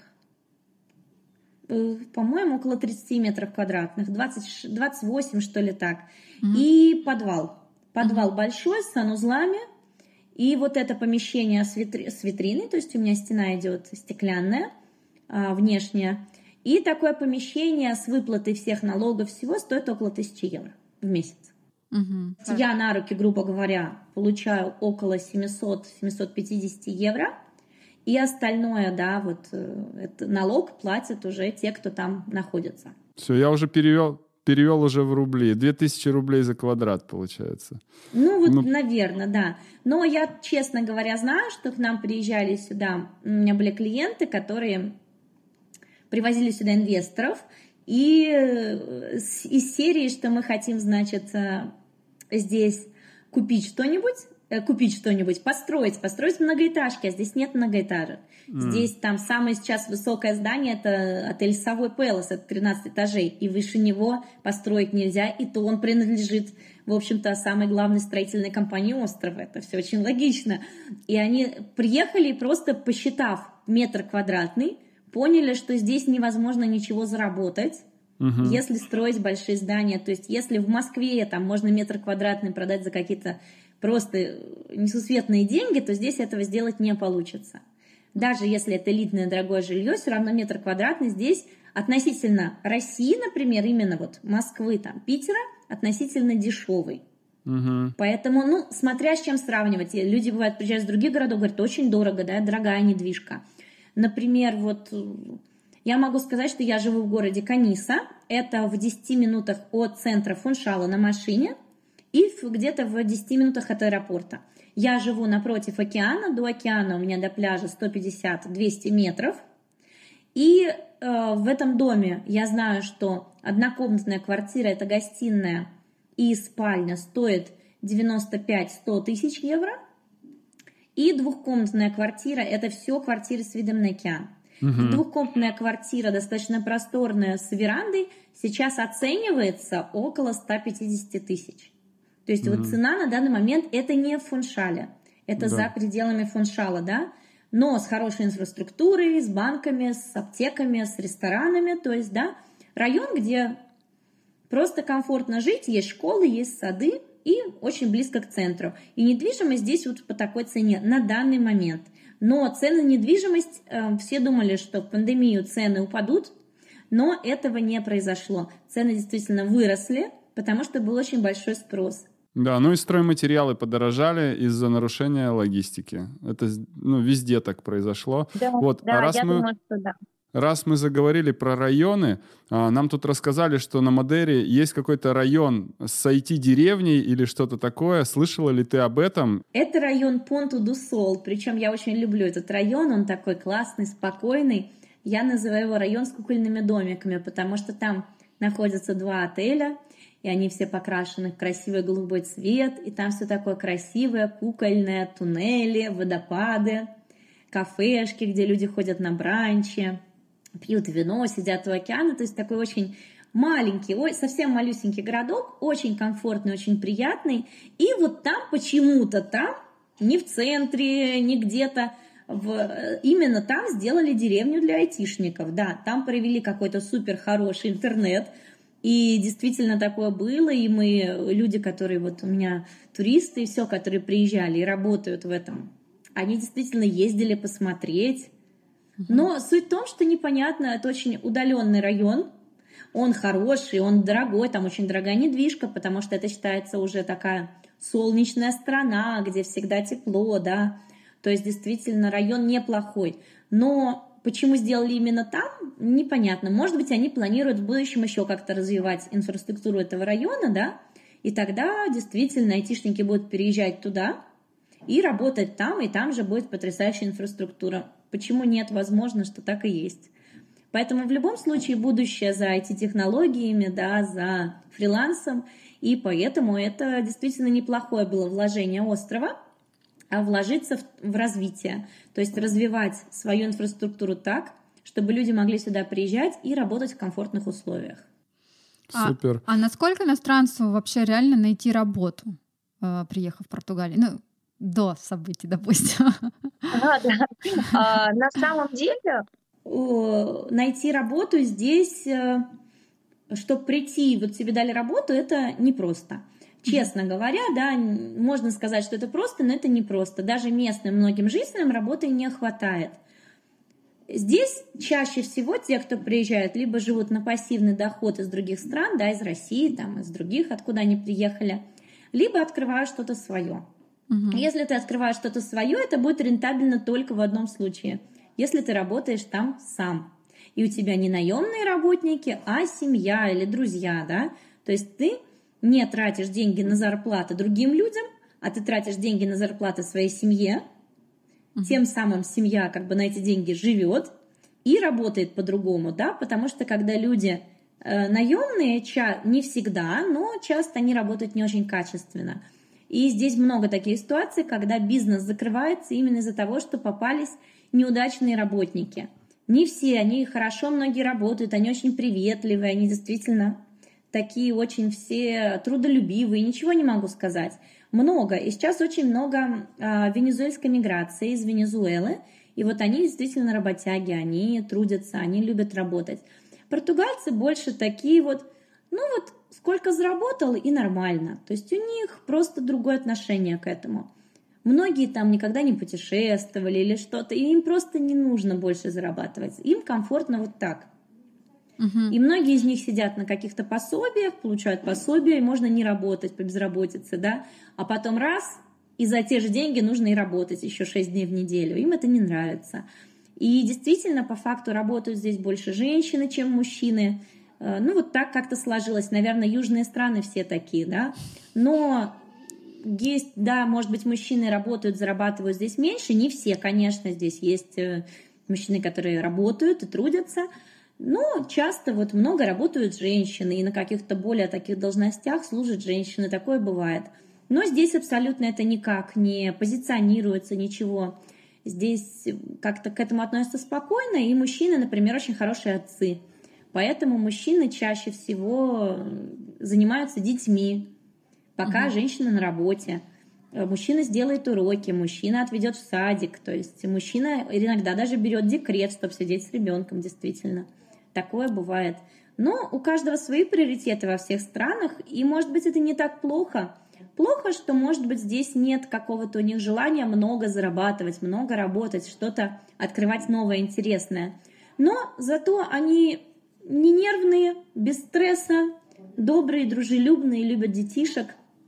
по-моему, около 30 метров квадратных, 28, что ли, так. И подвал. Подвал большой, с санузлами, и вот это помещение с витриной, то есть у меня стена идет стеклянная, внешняя, и такое помещение с выплатой всех налогов всего стоит около 1000 евро в месяц. Я на руки, грубо говоря, получаю около 700-750 евро, и остальное, да, вот это налог платят уже те, кто там находится. Все, я уже перевел уже в рубли. 2000 рублей за квадрат, получается. Наверное, да. Но я, честно говоря, знаю, что к нам приезжали сюда, у меня были клиенты, которые привозили сюда инвесторов, и из серии, что мы хотим, значит, здесь купить что-нибудь, построить многоэтажки, а здесь нет многоэтажек. Здесь там самое сейчас высокое здание, это отель Savoy Palace, это 13 этажей, и выше него построить нельзя, и то он принадлежит, в общем-то, самой главной строительной компании острова. Это все очень логично. И они приехали и просто посчитав метр квадратный, поняли, что здесь невозможно ничего заработать, если строить большие здания. То есть если в Москве там можно метр квадратный продать за какие-то просто несусветные деньги, то здесь этого сделать не получится. Даже если это элитное дорогое жилье, все равно метр квадратный здесь относительно России, например, именно вот Москвы, там, Питера, относительно дешевый. Поэтому, ну, смотря с чем сравнивать. Люди, бывают, приезжают с других городов, говорят, очень дорого, да, дорогая недвижка. Например, вот я могу сказать, что я живу в городе Каниса. Это в 10 минутах от центра Фуншала на машине и где-то в 10 минутах от аэропорта. Я живу напротив океана. До океана у меня до пляжа 150-200 метров. И в этом доме я знаю, что однокомнатная квартира, это гостиная и спальня, стоит 95-100 тысяч евро. И двухкомнатная квартира, это все квартиры с видом на океан. Двухкомнатная квартира, достаточно просторная, с верандой, сейчас оценивается около 150 тысяч. То есть вот цена на данный момент, это не в Фуншале, это за пределами Фуншала, да, но с хорошей инфраструктурой, с банками, с аптеками, с ресторанами, то есть, да, район, где просто комфортно жить, есть школы, есть сады и очень близко к центру. И недвижимость здесь вот по такой цене на данный момент. Но цены на недвижимость, все думали, что в пандемию цены упадут, но этого не произошло. Цены действительно выросли, потому что был очень большой спрос. Да, ну и стройматериалы подорожали из-за нарушения логистики. Это, ну, везде так произошло. Да, вот. да, я думаю, что да. Раз мы заговорили про районы, нам тут рассказали, что на Мадейре есть какой-то район с IT-деревней или что-то такое. Слышала ли ты об этом? Это район Понту-ду-Сол, причем я очень люблю этот район, он такой классный, спокойный. Я называю его район с кукольными домиками, потому что там находятся 2 отеля, и они все покрашены в красивый голубой цвет, и там все такое красивое, кукольное, туннели, водопады, кафешки, где люди ходят на бранчи, пьют вино, сидят у океана, то есть такой очень маленький, совсем малюсенький городок, очень комфортный, очень приятный, и вот там почему-то там, не в центре, не где-то, именно там сделали деревню для айтишников, да, там провели какой-то супер хороший интернет, и действительно такое было, и люди, которые вот у меня туристы и все, которые приезжали и работают в этом, они действительно ездили посмотреть. Но суть в том, что непонятно, это очень удаленный район, он хороший, он дорогой, там очень дорогая недвижка, потому что это считается уже такая солнечная страна, где всегда тепло, да, то есть действительно район неплохой. Но почему сделали именно там, непонятно. Может быть, они планируют в будущем еще как-то развивать инфраструктуру этого района, да, и тогда действительно айтишники будут переезжать туда и работать там, и там же будет потрясающая инфраструктура. Почему нет? Возможно, что так и есть. Поэтому в любом случае будущее за IT-технологиями, да, за фрилансом, и поэтому это действительно неплохое было вложение острова, а вложиться в развитие, то есть развивать свою инфраструктуру так, чтобы люди могли сюда приезжать и работать в комфортных условиях. Супер. А насколько иностранцу вообще реально найти работу, приехав в Португалию? Ну, до событий, допустим. На самом деле... Найти работу здесь, чтобы прийти, вот тебе дали работу, это непросто. Честно говоря, да, можно сказать, что это просто, но это непросто. Даже местным многим жителям работы не хватает. Здесь чаще всего те, кто приезжают, либо живут на пассивный доход из других стран, да, из России, там, из других, откуда они приехали, либо открывают что-то свое. Если ты открываешь что-то свое, это будет рентабельно только в одном случае, если ты работаешь там сам. И у тебя не наемные работники, а семья или друзья, да, то есть ты не тратишь деньги на зарплаты другим людям, а ты тратишь деньги на зарплаты своей семье, тем самым семья как бы на эти деньги живет и работает по-другому, да, потому что когда люди наемные, не всегда, но часто они работают не очень качественно. И здесь много таких ситуаций, когда бизнес закрывается именно из-за того, что попались неудачные работники. Не все, они хорошо, многие работают, они очень приветливые, они действительно такие очень все трудолюбивые, ничего не могу сказать. Много, и сейчас очень много венесуэльской миграции из Венесуэлы, и вот они действительно работяги, они трудятся, они любят работать. Португальцы больше такие вот, ну вот сколько заработал и нормально, то есть у них просто другое отношение к этому. Многие там никогда не путешествовали или что-то, и им просто не нужно больше зарабатывать, им комфортно вот так. И многие из них сидят на каких-то пособиях, получают пособия, и можно не работать по безработице, да, а потом раз, и за те же деньги нужно и работать еще 6 дней в неделю. Им это не нравится. И действительно, по факту, работают здесь больше женщины, чем мужчины. Ну, вот так как-то сложилось. Наверное, южные страны все такие, да. Но есть, да, может быть, мужчины работают, зарабатывают здесь меньше. Не все, конечно, здесь есть мужчины, которые работают и трудятся. Но часто вот много работают женщины, и на каких-то более таких должностях служат женщины. Такое бывает. Но здесь абсолютно это никак не позиционируется, ничего. Здесь как-то к этому относятся спокойно, и мужчины, например, очень хорошие отцы. Поэтому мужчины чаще всего занимаются детьми, пока женщина на работе. Мужчина сделает уроки, мужчина отведет в садик. То есть мужчина иногда даже берет декрет, чтобы сидеть с ребенком, действительно. Такое бывает. Но у каждого свои приоритеты во всех странах, и, может быть, это не так плохо. Плохо, что, может быть, здесь нет какого-то у них желания много зарабатывать, много работать, что-то открывать новое, интересное. Но зато они не нервные, без стресса, добрые, дружелюбные, любят детишек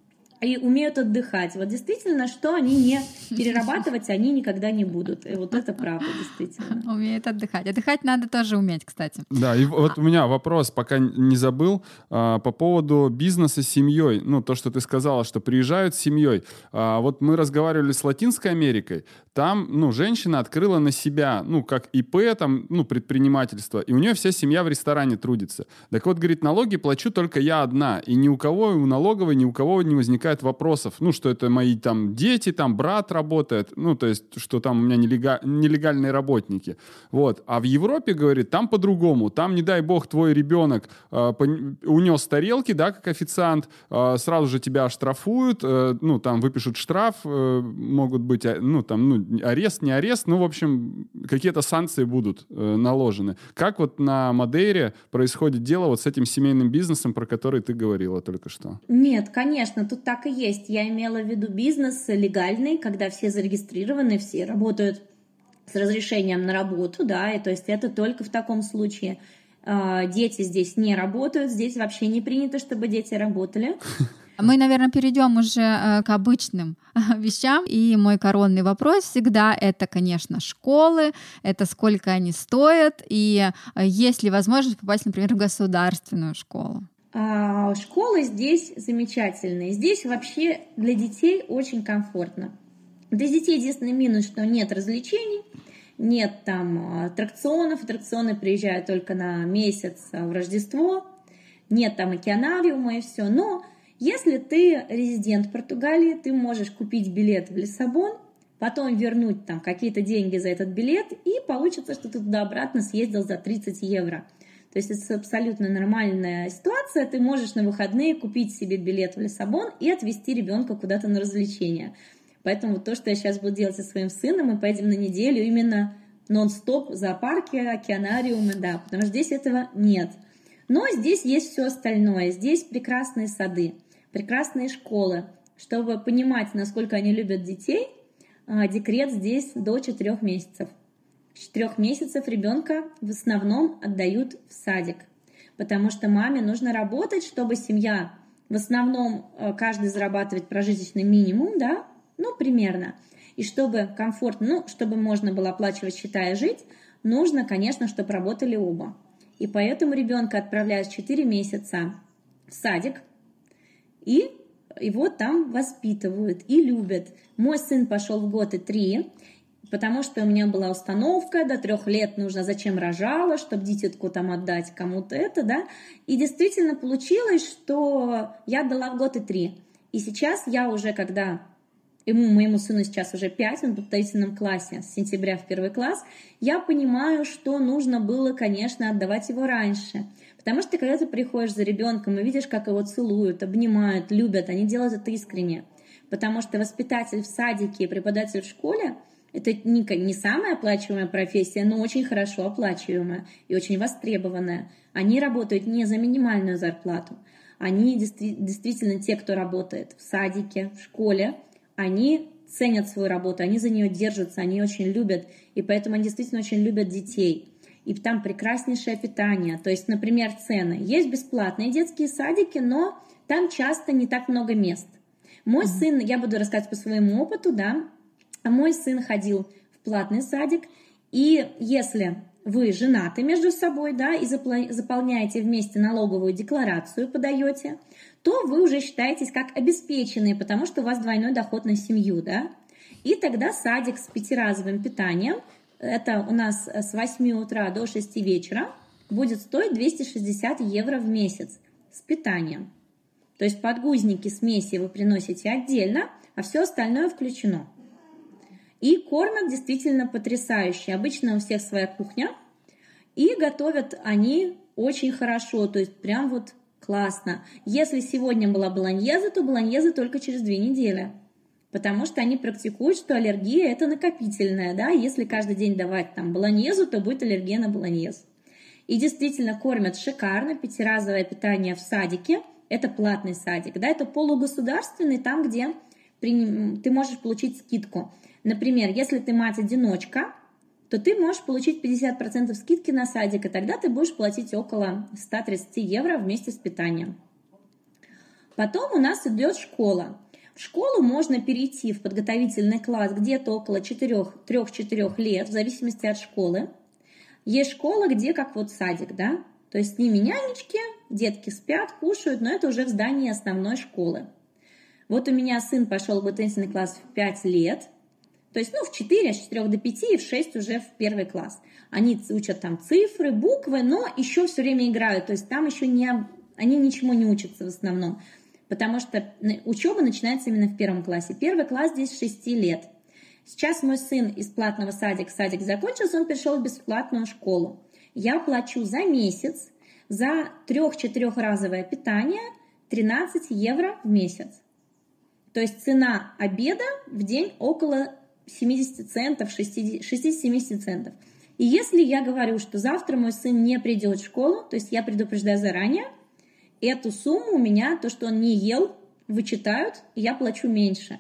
и умеют отдыхать. Вот действительно, что они не перерабатывать, они никогда не будут. И вот это правда, действительно. Умеют отдыхать. Отдыхать надо тоже уметь, кстати. Да, и вот у меня вопрос, пока не забыл, по поводу бизнеса с семьей. Ну, то, что ты сказала, что приезжают с семьей. Вот мы разговаривали с Латинской Америкой. Там, ну, женщина открыла на себя, ну, как ИП, там, ну, предпринимательство, и у нее вся семья в ресторане трудится. Так вот, говорит, налоги плачу только я одна, и ни у кого, у налоговой, ни у кого не возникает вопросов, ну, что это мои там дети, там брат работает, ну, то есть, что там у меня нелегальные работники. Вот. А в Европе, говорит, там по-другому. Там, не дай бог, твой ребенок унес тарелки, да, как официант, сразу же тебя оштрафуют, ну, там выпишут штраф, могут быть, ну, там, ну, арест, не арест, ну, в общем, какие-то санкции будут наложены. Как вот на Мадейре происходит дело вот с этим семейным бизнесом, про который ты говорила только что? Нет, конечно, тут так и есть. Я имела в виду бизнес легальный, когда все зарегистрированы, все работают с разрешением на работу, да, и то есть это только в таком случае. Дети здесь не работают, здесь вообще не принято, чтобы дети работали. Мы, наверное, перейдем уже к обычным вещам. И мой коронный вопрос всегда — это, конечно, школы, это сколько они стоят, и есть ли возможность попасть, например, в государственную школу? Школы здесь замечательные. Здесь вообще для детей очень комфортно. Для детей единственный минус, что нет развлечений, нет там аттракционов. Аттракционы приезжают только на месяц в Рождество, нет там океанариума и все. Но если ты резидент Португалии, ты можешь купить билет в Лиссабон, потом вернуть там какие-то деньги за этот билет, и получится, что ты туда-обратно съездил за 30 евро. То есть это абсолютно нормальная ситуация. Ты можешь на выходные купить себе билет в Лиссабон и отвезти ребенка куда-то на развлечения. Поэтому вот то, что я сейчас буду делать со своим сыном, мы поедем на неделю именно нон-стоп в зоопарки, океанариумы, да, потому что здесь этого нет. Но здесь есть все остальное. Здесь прекрасные сады, прекрасные школы. Чтобы понимать, насколько они любят детей, декрет здесь до 4 месяцев. С 4 месяцев ребенка в основном отдают в садик, потому что маме нужно работать, чтобы семья, в основном каждый зарабатывает прожиточный минимум, да, ну, примерно, и чтобы комфортно, ну, чтобы можно было оплачивать счета и жить, нужно, конечно, чтобы работали оба. И поэтому ребенка отправляют в 4 месяца в садик, и его там воспитывают и любят. Мой сын пошел в год и 3, потому что у меня была установка, до 3 лет нужно, зачем рожала, чтобы дитятку там отдать кому-то это, да. И действительно получилось, что я отдала в год и 3. И сейчас я уже, когда моему сыну сейчас уже 5, он в подготовительном классе, с сентября в 1 класс, я понимаю, что нужно было, конечно, отдавать его раньше. Потому что когда ты приходишь за ребенком и видишь, как его целуют, обнимают, любят, они делают это искренне. Потому что воспитатель в садике и преподаватель в школе — это не самая оплачиваемая профессия, но очень хорошо оплачиваемая и очень востребованная. Они работают не за минимальную зарплату. Они действительно те, кто работает в садике, в школе, они ценят свою работу, они за нее держатся, они очень любят, и поэтому они действительно очень любят детей. и там прекраснейшее питание. То есть, например, цены. Есть бесплатные детские садики, но там часто не так много мест. Мой сын, я буду рассказывать по своему опыту, да, мой сын ходил в платный садик, и если вы женаты между собой, да, и заполняете вместе налоговую декларацию, подаете, то вы уже считаетесь как обеспеченные, потому что у вас двойной доход на семью, да. И тогда садик с 5-разовым питанием, это у нас с 8 утра до 6 вечера, будет стоить 260 евро в месяц с питанием. То есть подгузники, смеси вы приносите отдельно, а все остальное включено. И кормят действительно потрясающе. Обычно у всех своя кухня. И готовят они очень хорошо, то есть прям вот классно. Если сегодня была болоньеза, то болоньеза только через 2 недели. Потому что они практикуют, что аллергия – это накопительная. Да? Если каждый день давать там болоньезу, то будет аллергия на болоньезу. И действительно кормят шикарно. 5-разовое питание в садике – это платный садик. Да? Это полугосударственный, там, где ты можешь получить скидку. Например, если ты мать-одиночка, то ты можешь получить 50% скидки на садик, и тогда ты будешь платить около 130 евро вместе с питанием. Потом у нас идет школа. В школу можно перейти в подготовительный класс где-то около 3-4 лет, в зависимости от школы. Есть школа, где как вот садик, да, то есть с ними нянечки, детки спят, кушают, но это уже в здании основной школы. Вот у меня сын пошел в подготовительный класс в 5 лет, то есть, в 4, с 4 до 5 и в 6 уже в 1 класс. Они учат там цифры, буквы, но еще все время играют, то есть там еще они ничему не учатся в основном, потому что учеба начинается именно в 1 классе. 1 класс здесь с 6 лет. Сейчас мой сын из платного садик закончился, он перешел в бесплатную школу. Я плачу за месяц за 3-4-разовое питание 13 евро в месяц. То есть цена обеда в день около 70 центов, 60-70 центов. И если я говорю, что завтра мой сын не придет в школу, то есть я предупреждаю заранее, эту сумму у меня, то, что он не ел, вычитают, и я плачу меньше.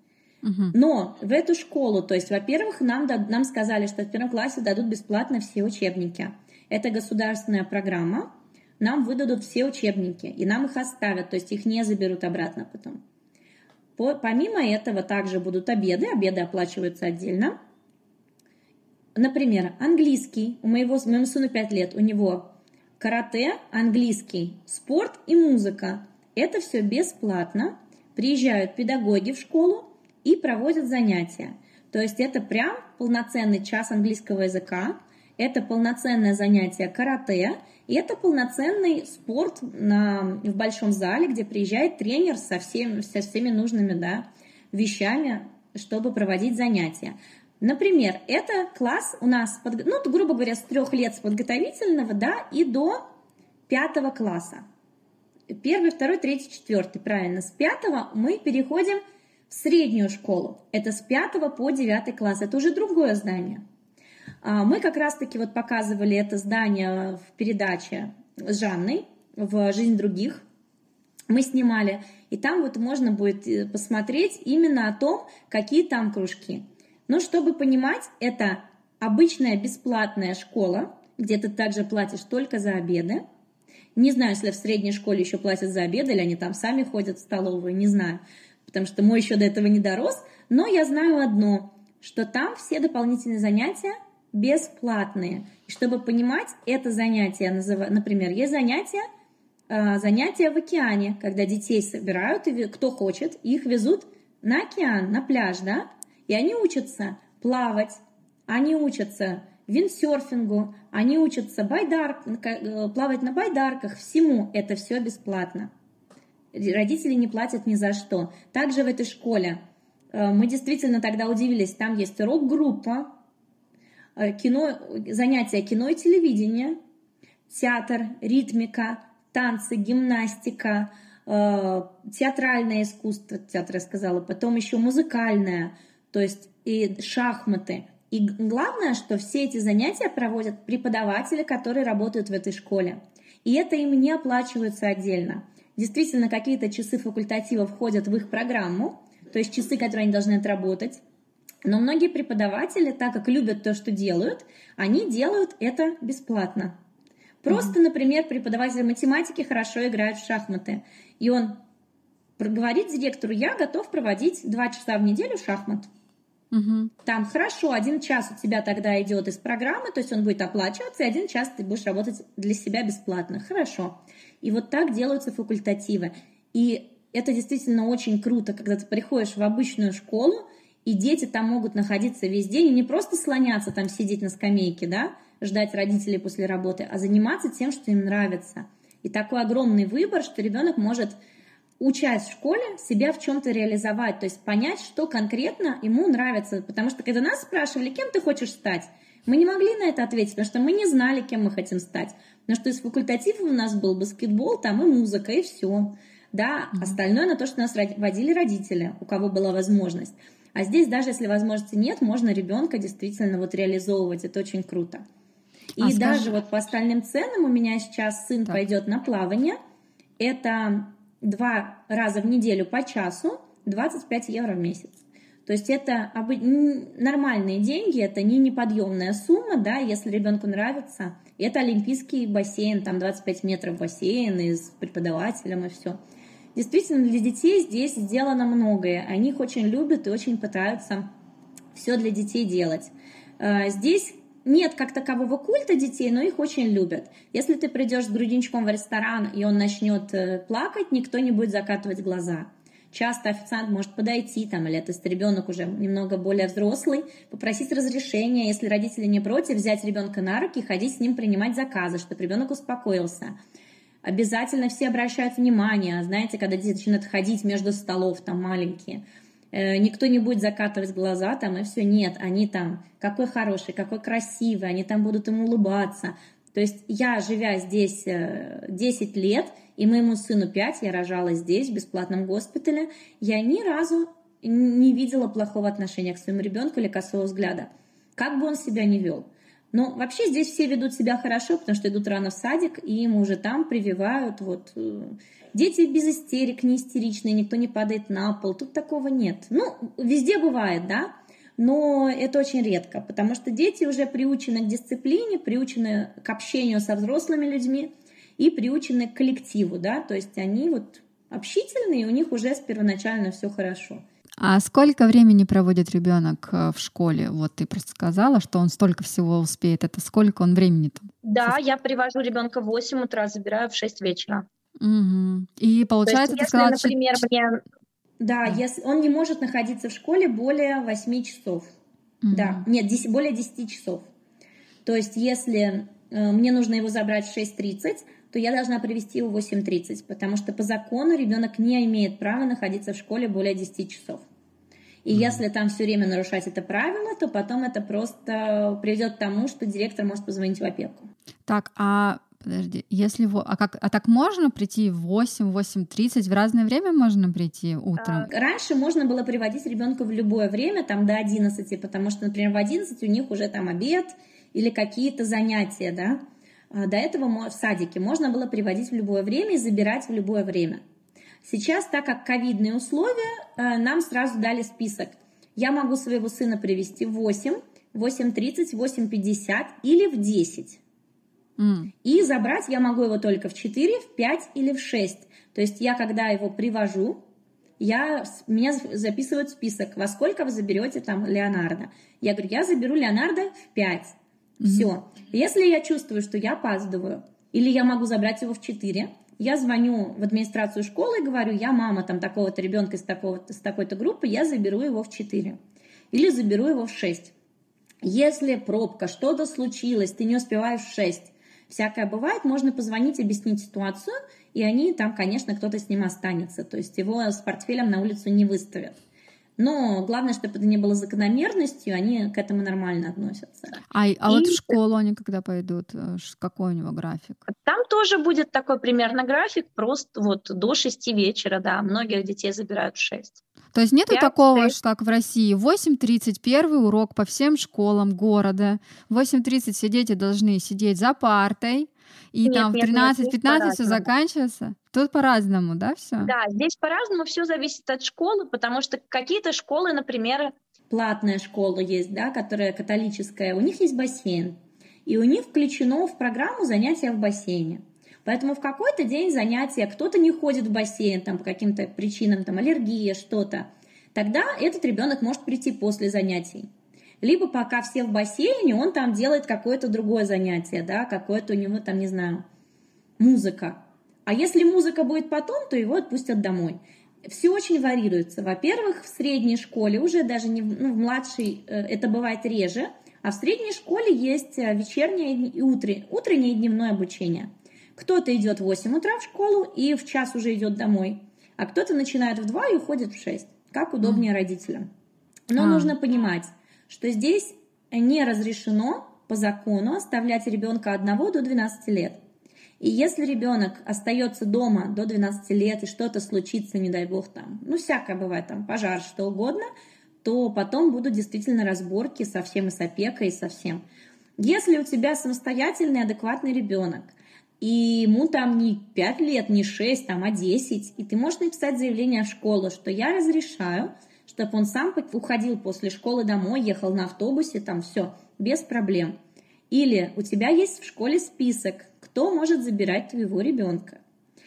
Но в эту школу, то есть, во-первых, нам сказали, что в 1 классе дадут бесплатно все учебники. Это государственная программа, нам выдадут все учебники, и нам их оставят, то есть их не заберут обратно потом. Помимо этого также будут обеды оплачиваются отдельно. Например, английский. Моему сыну 5 лет, у него карате, английский, спорт и музыка. Это все бесплатно. Приезжают педагоги в школу и проводят занятия. То есть это прям полноценный час английского языка, это полноценное занятие карате, и это полноценный спорт в большом зале, где приезжает тренер со всеми нужными вещами, чтобы проводить занятия. Например, это класс у нас, грубо говоря, с 3 лет с подготовительного и до 5 класса. 1, 2, 3, 4, правильно. С 5 мы переходим в среднюю школу. Это с 5 по 9 класс. Это уже другое здание. Мы как раз-таки показывали это здание в передаче с Жанной в «Жизнь других». Мы снимали, и там можно будет посмотреть именно о том, какие там кружки. Но чтобы понимать, это обычная бесплатная школа, где ты также платишь только за обеды. Не знаю, если в средней школе еще платят за обеды, или они там сами ходят в столовую, не знаю, потому что мой еще до этого не дорос. Но я знаю одно, что там все дополнительные занятия бесплатные. И чтобы понимать, это занятие, например, есть занятия в океане, когда детей собирают, и кто хочет, их везут на океан, на пляж, и они учатся плавать, они учатся виндсерфингу, они учатся плавать на байдарках, всему это все бесплатно. Родители не платят ни за что. Также в этой школе мы действительно тогда удивились, там есть рок-группа, занятия кино и телевидения, театр, ритмика, танцы, гимнастика, театральное искусство, театр я сказала, потом еще музыкальное, то есть и шахматы. И главное, что все эти занятия проводят преподаватели, которые работают в этой школе. И это им не оплачивается отдельно. Действительно, какие-то часы факультатива входят в их программу, то есть часы, которые они должны отработать. Но многие преподаватели, так как любят то, что делают, они делают это бесплатно. Просто, например, преподаватель математики хорошо играет в шахматы, и он говорит директору: я готов проводить 2 часа в неделю шахмат. Там хорошо, 1 час у тебя тогда идет из программы, то есть он будет оплачиваться, и 1 час ты будешь работать для себя бесплатно. Хорошо. И вот так делаются факультативы. И это действительно очень круто, когда ты приходишь в обычную школу, и дети там могут находиться весь день, и не просто слоняться там, сидеть на скамейке, да, ждать родителей после работы, а заниматься тем, что им нравится. И такой огромный выбор, что ребенок может, учась в школе, себя в чем-то реализовать, то есть понять, что конкретно ему нравится. Потому что когда нас спрашивали, кем ты хочешь стать, мы не могли на это ответить, потому что мы не знали, кем мы хотим стать. Потому что из факультатива у нас был баскетбол, там и музыка, и все. Да, остальное на то, что нас водили родители, у кого была возможность. А здесь, даже если возможности нет, можно ребенка действительно вот реализовывать. Это очень круто. И даже вот по остальным ценам у меня сейчас сын пойдет на плавание. Это 2 раза в неделю по часу, 25 евро в месяц. То есть это нормальные деньги, это не неподъемная сумма, да, если ребенку нравится. Это олимпийский бассейн, там 25 метров бассейн и с преподавателем и все. Действительно, для детей здесь сделано многое. Они их очень любят и очень пытаются все для детей делать. Здесь нет как такового культа детей, но их очень любят. Если ты придешь с грудничком в ресторан, и он начнет плакать, никто не будет закатывать глаза. Часто официант может подойти, там, или если ребенок уже немного более взрослый, попросить разрешения, если родители не против, взять ребенка на руки и ходить с ним принимать заказы, чтобы ребенок успокоился. Обязательно все обращают внимание, знаете, когда дети начинают ходить между столов, там маленькие, никто не будет закатывать глаза, там, и все, нет, они там, какой хороший, какой красивый, они там будут ему улыбаться. То есть я, живя здесь 10 лет, и моему сыну 5, я рожала здесь, в бесплатном госпитале, я ни разу не видела плохого отношения к своему ребенку или косого взгляда, как бы он себя ни вел. Но вообще здесь все ведут себя хорошо, потому что идут рано в садик, и им уже там прививают. Вот. Дети без истерик, не истеричные, никто не падает на пол. Тут такого нет. Ну, везде бывает, да, но это очень редко, потому что дети уже приучены к дисциплине, приучены к общению со взрослыми людьми и приучены к коллективу, да, то есть они вот общительные, и у них уже с первоначально все хорошо. А сколько времени проводит ребенок в школе? Вот ты просто сказала, что он столько всего успеет. Это сколько он времени там? Да, я привожу ребенка в 8 утра, забираю в 6 вечера. Угу. И получается, то есть, ты сказала, например, мне... Да, если он не может находиться в школе более 8 часов. Да, нет, более 10 часов. То есть если мне нужно его забрать в 6:30, то я должна привести его в 8:30, потому что по закону ребенок не имеет права находиться в школе более 10 часов. И если там все время нарушать это правило, то потом это просто приведет к тому, что директор может позвонить в опеку. Так, подожди, если так можно прийти в 8-8:30, в разное время можно прийти утром? Раньше можно было приводить ребенка в любое время, там до 11, потому что, например, в 11 у них уже там обед или какие-то занятия, да. До этого в садике можно было приводить в любое время и забирать в любое время. Сейчас, так как ковидные условия, нам сразу дали список. Я могу своего сына привести в 8, 8:30, 8:50 или в 10. И забрать я могу его только в 4, в 5 или в 6. То есть я, когда его привожу, меня записывают в список, во сколько вы заберете там Леонардо. Я говорю, я заберу Леонардо в 5. Все. Если я чувствую, что я опаздываю, или я могу забрать его в 4, я звоню в администрацию школы и говорю, я мама там такого-то ребенка из такой-то группы, я заберу его в 4. Или заберу его в 6. Если пробка, что-то случилось, ты не успеваешь в 6, всякое бывает, можно позвонить, объяснить ситуацию, и они там, конечно, кто-то с ним останется. То есть его с портфелем на улицу не выставят. Но главное, чтобы это не было закономерностью, они к этому нормально относятся. Вот в школу они когда пойдут? Какой у него график? Там тоже будет такой примерно график, просто вот до 6 вечера, да. Многих детей забирают в 6. То есть нету такого, что как в России, 8:30 первый урок по всем школам города, в 8:30 все дети должны сидеть за партой, и там в 13-15 все заканчивается? Тут по-разному, да, все? Да, здесь по-разному, все зависит от школы, потому что какие-то школы, например... Платная школа есть, да, которая католическая, у них есть бассейн, и у них включено в программу занятия в бассейне. Поэтому в какой-то день занятия кто-то не ходит в бассейн там, по каким-то причинам, там, аллергия, что-то, тогда этот ребенок может прийти после занятий. Либо пока все в бассейне, он там делает какое-то другое занятие, да, какое-то у него там, не знаю, музыка. А если музыка будет потом, то его отпустят домой. Все очень варьируется. Во-первых, в средней школе, уже даже не в младшей, это бывает реже, а в средней школе есть вечернее и утреннее и дневное обучение. Кто-то идет в 8 утра в школу и в час уже идет домой, а кто-то начинает в 2 и уходит в 6, как удобнее родителям. Но нужно понимать, что здесь не разрешено по закону оставлять ребенка от 1 до 12 лет. И если ребенок остается дома до 12 лет и что-то случится, не дай бог там, всякое бывает, там пожар, что угодно, то потом будут действительно разборки со всем и с опекой, и со всем. Если у тебя самостоятельный, адекватный ребенок, и ему там не 5 лет, не 6, а 10, и ты можешь написать заявление в школу, что я разрешаю, чтобы он сам уходил после школы домой, ехал на автобусе, там все, без проблем. Или у тебя есть в школе список, кто может забирать твоего ребенка.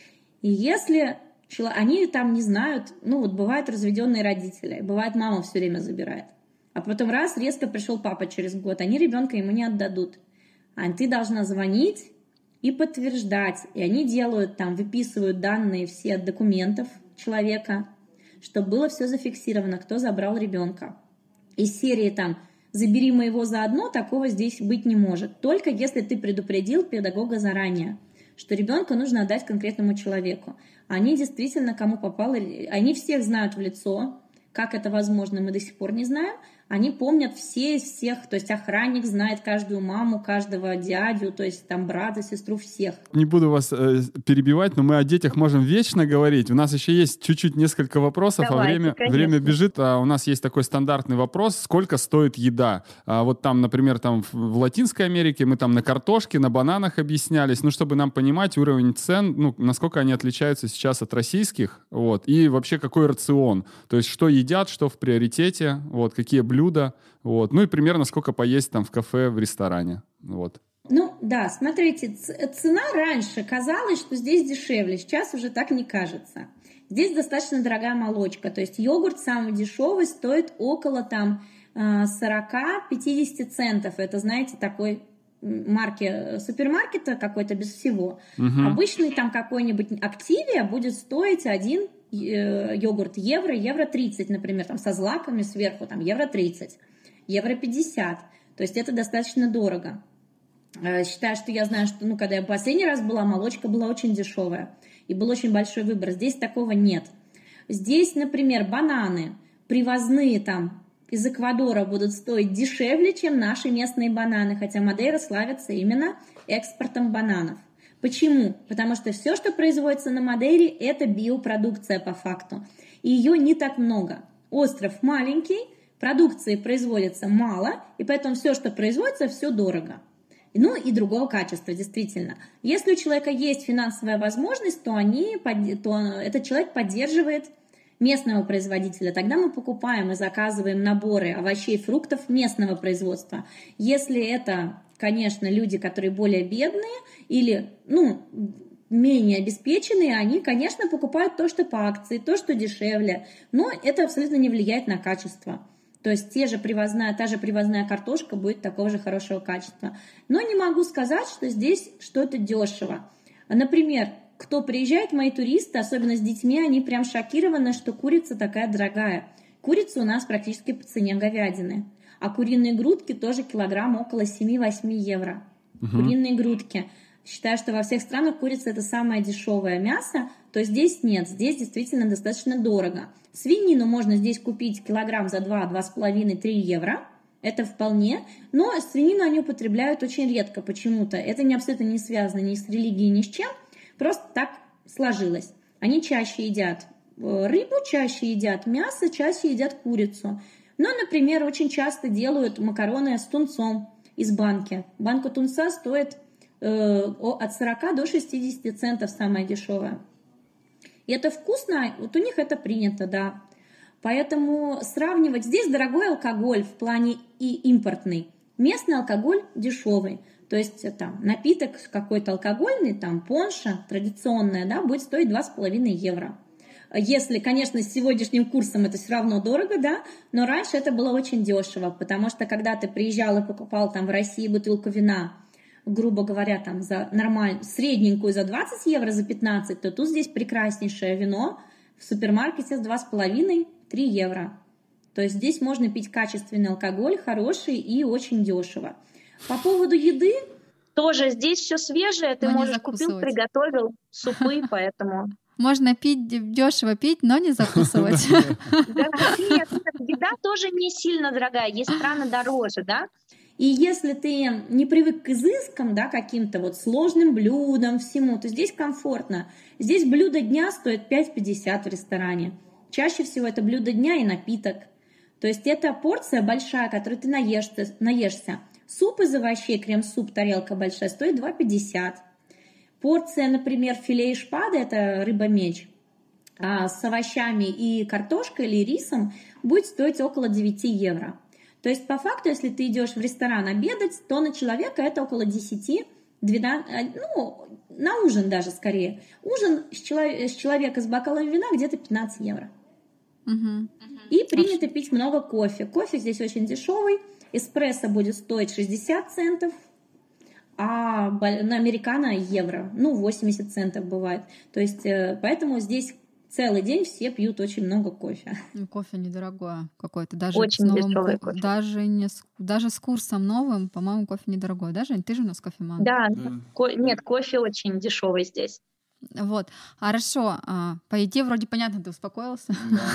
И если они там не знают, бывают разведенные родители, бывает мама все время забирает, а потом резко пришел папа через год, они ребенка ему не отдадут. А ты должна звонить и подтверждать. И они делают там, выписывают данные все от документов человека, чтобы было все зафиксировано, кто забрал ребенка. Из серии там «забери моего заодно», такого здесь быть не может. Только если ты предупредил педагога заранее, что ребенка нужно отдать конкретному человеку. Они действительно, кому попало, они всех знают в лицо. Как это возможно, мы до сих пор не знаем. Они помнят всех, то есть охранник знает каждую маму, каждого дядю, то есть там брата, сестру, всех. Не буду вас перебивать, но мы о детях можем вечно говорить. У нас еще есть чуть-чуть несколько вопросов, Давайте, время бежит. У нас есть такой стандартный вопрос: сколько стоит еда? Вот там, например, там в Латинской Америке мы там на картошке, на бананах объяснялись, чтобы нам понимать уровень цен, насколько они отличаются сейчас от российских, вот, и вообще какой рацион, то есть что едят, что в приоритете, вот, какие блюда, вот, и примерно сколько поесть там в кафе, в ресторане, вот. Да, смотрите, цена раньше казалось, что здесь дешевле, сейчас уже так не кажется. Здесь достаточно дорогая молочка, то есть йогурт самый дешевый стоит около там 40-50 центов, это, знаете, такой марки супермаркета какой-то без всего. Обычный там какой-нибудь Активия будет стоить один йогурт евро 30, например, там со злаками сверху, там евро 30, евро 50. То есть это достаточно дорого. Считаю, что я знаю, что когда я последний раз была, молочка была очень дешевая. И был очень большой выбор. Здесь такого нет. Здесь, например, бананы привозные там из Эквадора будут стоить дешевле, чем наши местные бананы. Хотя Мадейра славится именно экспортом бананов. Почему? Потому что все, что производится на Мадейре, это биопродукция по факту. И ее не так много. Остров маленький, продукции производится мало, и поэтому все, что производится, все дорого. И другого качества, действительно. Если у человека есть финансовая возможность, то этот человек поддерживает местного производителя. Тогда мы покупаем и заказываем наборы овощей и фруктов местного производства. Если это, конечно, люди, которые более бедные или, менее обеспеченные, они, конечно, покупают то, что по акции, то, что дешевле. Но это абсолютно не влияет на качество. То есть та же привозная картошка будет такого же хорошего качества. Но не могу сказать, что здесь что-то дешево. Например, кто приезжает, мои туристы, особенно с детьми, они прям шокированы, что курица такая дорогая. Курица у нас практически по цене говядины. А куриные грудки тоже килограмм около 7-8 евро. Куриные грудки. Считаю, что во всех странах курица – это самое дешевое мясо, то здесь нет, здесь действительно достаточно дорого. Свинину можно здесь купить килограмм за 2-2,5-3 евро, это вполне, но свинину они употребляют очень редко почему-то. Это абсолютно не связано ни с религией, ни с чем, просто так сложилось. Они чаще едят рыбу, чаще едят мясо, чаще едят курицу. Например, очень часто делают макароны с тунцом из банки. Банка тунца стоит от 40 до 60 центов, самая дешевая. И это вкусно, вот у них это принято, да. Поэтому сравнивать, здесь дорогой алкоголь в плане и импортный, местный алкоголь дешевый. То есть там напиток какой-то алкогольный, там понша традиционная, да, будет стоить 2,5 евро. Если, конечно, с сегодняшним курсом это все равно дорого, да, но раньше это было очень дешево, потому что когда ты приезжал и покупал там в России бутылку вина, грубо говоря, там за нормальную, средненькую за 20 евро, за 15, то тут здесь прекраснейшее вино в супермаркете с 2,5-3 евро. То есть здесь можно пить качественный алкоголь, хороший и очень дешево. По поводу еды... Тоже здесь все свежее, ты можешь купил, приготовил супы, поэтому... Можно пить, дешево пить, но не закусывать. Да, нет, еда тоже не сильно дорогая, есть страны дороже, да? И если ты не привык к изыскам, да, каким-то вот сложным блюдам, всему, то здесь комфортно. Здесь блюдо дня стоит 5,50 в ресторане. Чаще всего это блюдо дня и напиток. То есть это порция большая, которой ты наешься. Суп из овощей, крем-суп, тарелка большая, стоит 2,50. Порция, например, филе и шпады, это рыба-меч, с овощами и картошкой или рисом будет стоить около 9 евро. То есть по факту, если ты идешь в ресторан обедать, то на человека это около 10-12, ну, на ужин даже скорее. Ужин с человека с бокалом вина где-то 15 евро. Угу. И принято пить много кофе. Кофе здесь очень дешевый. Эспрессо будет стоить 60 центов, а на американо евро, 80 центов бывает. То есть поэтому здесь целый день все пьют очень много кофе. Кофе недорогое какой-то. Даже очень дешевый кофе. Даже с курсом новым, по-моему, кофе недорогой. Да, Жень? Ты же у нас кофеман. Да. Нет, кофе очень дешевый здесь. Вот, хорошо. По идее, вроде понятно, ты успокоился.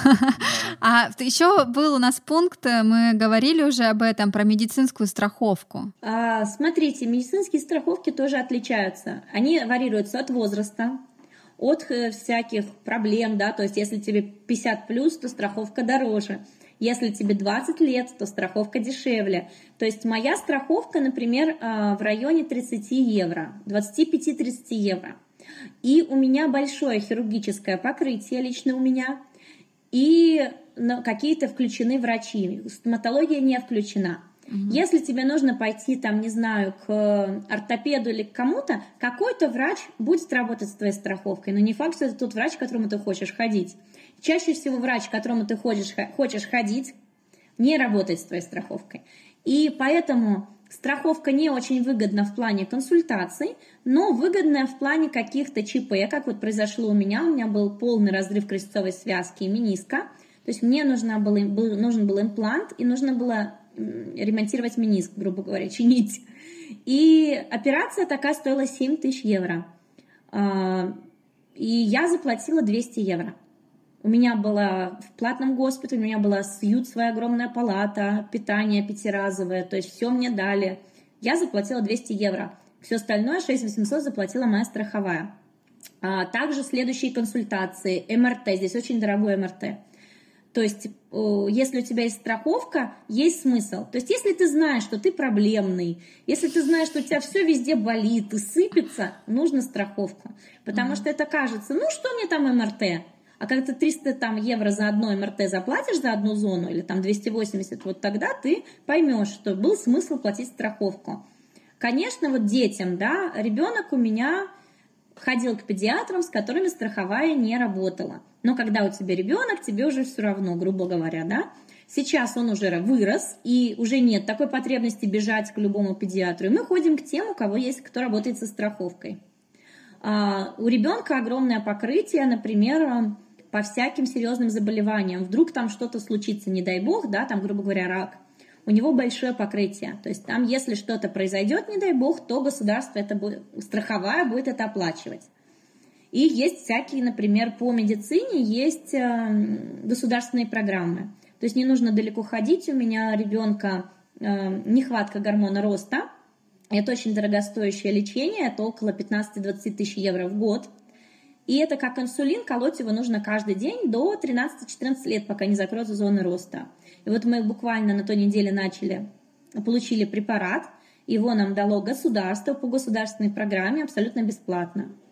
А еще был у нас пункт, мы говорили уже об этом, про медицинскую страховку. Смотрите, медицинские страховки тоже отличаются. Они варьируются от возраста, от всяких проблем, да, то есть если тебе 50+, то страховка дороже. Если тебе 20 лет, то страховка дешевле. То есть моя страховка, например, в районе 30 евро, 25-30 евро. И у меня большое хирургическое покрытие лично у меня, и какие-то включены врачи, стоматология не включена. Если тебе нужно пойти, там, не знаю, к ортопеду или к кому-то, какой-то врач будет работать с твоей страховкой, но не факт, что это тот врач, к которому ты хочешь ходить. Чаще всего врач, к которому ты хочешь ходить, не работает с твоей страховкой. И поэтому страховка не очень выгодна в плане консультаций, но выгодная в плане каких-то ЧП, как вот произошло у меня был полный разрыв крестцовой связки и мениска, то есть мне нужен был имплант и нужно было ремонтировать мениск, грубо говоря, чинить. И операция такая стоила 7 тысяч евро. И я заплатила 200 евро. У меня была в платном госпитале, у меня была сьют, своя огромная палата, питание 5-разовое, то есть все мне дали. Я заплатила 200 евро. Все остальное, 6800, заплатила моя страховая. Также следующие консультации, МРТ, здесь очень дорогой МРТ. То есть, если у тебя есть страховка, есть смысл. То есть, если ты знаешь, что ты проблемный, если ты знаешь, что у тебя все везде болит и сыпется, нужна страховка. Потому что это кажется, что мне там МРТ? А когда ты 300 евро за одно МРТ заплатишь за одну зону, или там 280, вот тогда ты поймешь, что был смысл платить страховку. Конечно, вот детям, да, ребенок у меня ходил к педиатрам, с которыми страховая не работала. Но когда у тебя ребенок, тебе уже все равно, грубо говоря, да. Сейчас он уже вырос, и уже нет такой потребности бежать к любому педиатру. И мы ходим к тем, у кого есть, кто работает со страховкой. У ребенка огромное покрытие, например, по всяким серьезным заболеваниям. Вдруг там что-то случится, не дай бог, да, там, грубо говоря, рак. У него большое покрытие. То есть там, если что-то произойдет, не дай бог, то государство, страховая будет это оплачивать. И есть всякие, например, по медицине есть государственные программы. То есть не нужно далеко ходить. У меня ребенка нехватка гормона роста. Это очень дорогостоящее лечение. Это около 15-20 тысяч евро в год. И это как инсулин, колоть его нужно каждый день до 13-14 лет, пока не закроется зона роста. И вот мы буквально на той неделе получили препарат. Его нам дало государство по государственной программе абсолютно бесплатно.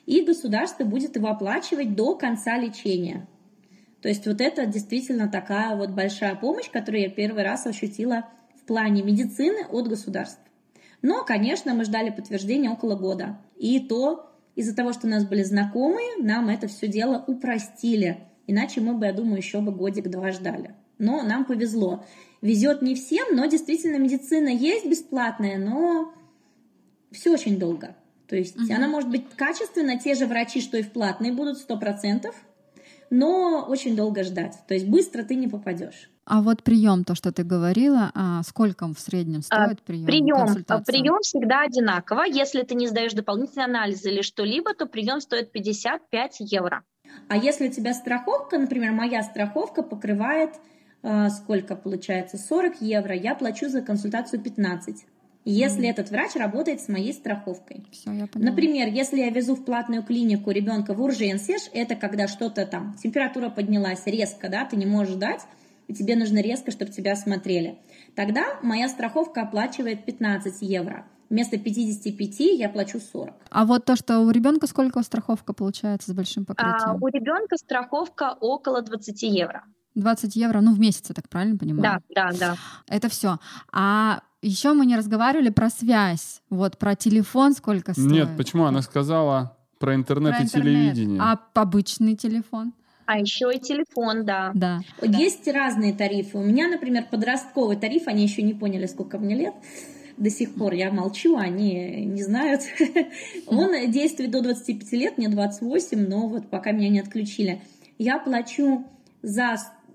и государство будет его оплачивать до конца лечения. То есть вот это действительно такая вот большая помощь, которую я первый раз ощутила в плане медицины от государства. Но, конечно, мы ждали подтверждения около года. И то из-за того, что у нас были знакомые, нам это все дело упростили. Иначе мы бы, я думаю, еще бы годик-два ждали. Но нам повезло. Везет не всем, но действительно медицина есть бесплатная, но все очень долго. То есть она может быть качественна, те же врачи, что и в платной, будут 100%, но очень долго ждать. То есть быстро ты не попадешь. А вот прием, то, что ты говорила, сколько в среднем стоит прием? Прием всегда одинаково. Если ты не сдаешь дополнительные анализы или что-либо, то прием стоит 55 евро. А если у тебя страховка, например, моя страховка покрывает, сколько получается, 40 евро, я плачу за консультацию 15. Если этот врач работает с моей страховкой. Всё, я поняла. Например, если я везу в платную клинику ребенка в урженсеш, это когда что-то там, температура поднялась резко, да, ты не можешь ждать, и тебе нужно резко, чтобы тебя осмотрели. Тогда моя страховка оплачивает 15 евро. Вместо 55 я плачу 40. А вот то, что у ребенка сколько страховка получается с большим покрытием? У ребенка страховка около 20 евро. 20 евро, в месяц, я так правильно понимаю? Да. Это все. А еще мы не разговаривали про связь, вот про телефон сколько стоит. Нет, почему? Она сказала про интернет и телевидение. А обычный телефон? А еще и телефон, да. Есть разные тарифы. У меня, например, подростковый тариф, они еще не поняли, сколько мне лет. До сих пор я молчу, они не знают. Он действует до 25 лет, мне 28, но вот пока меня не отключили. Я плачу за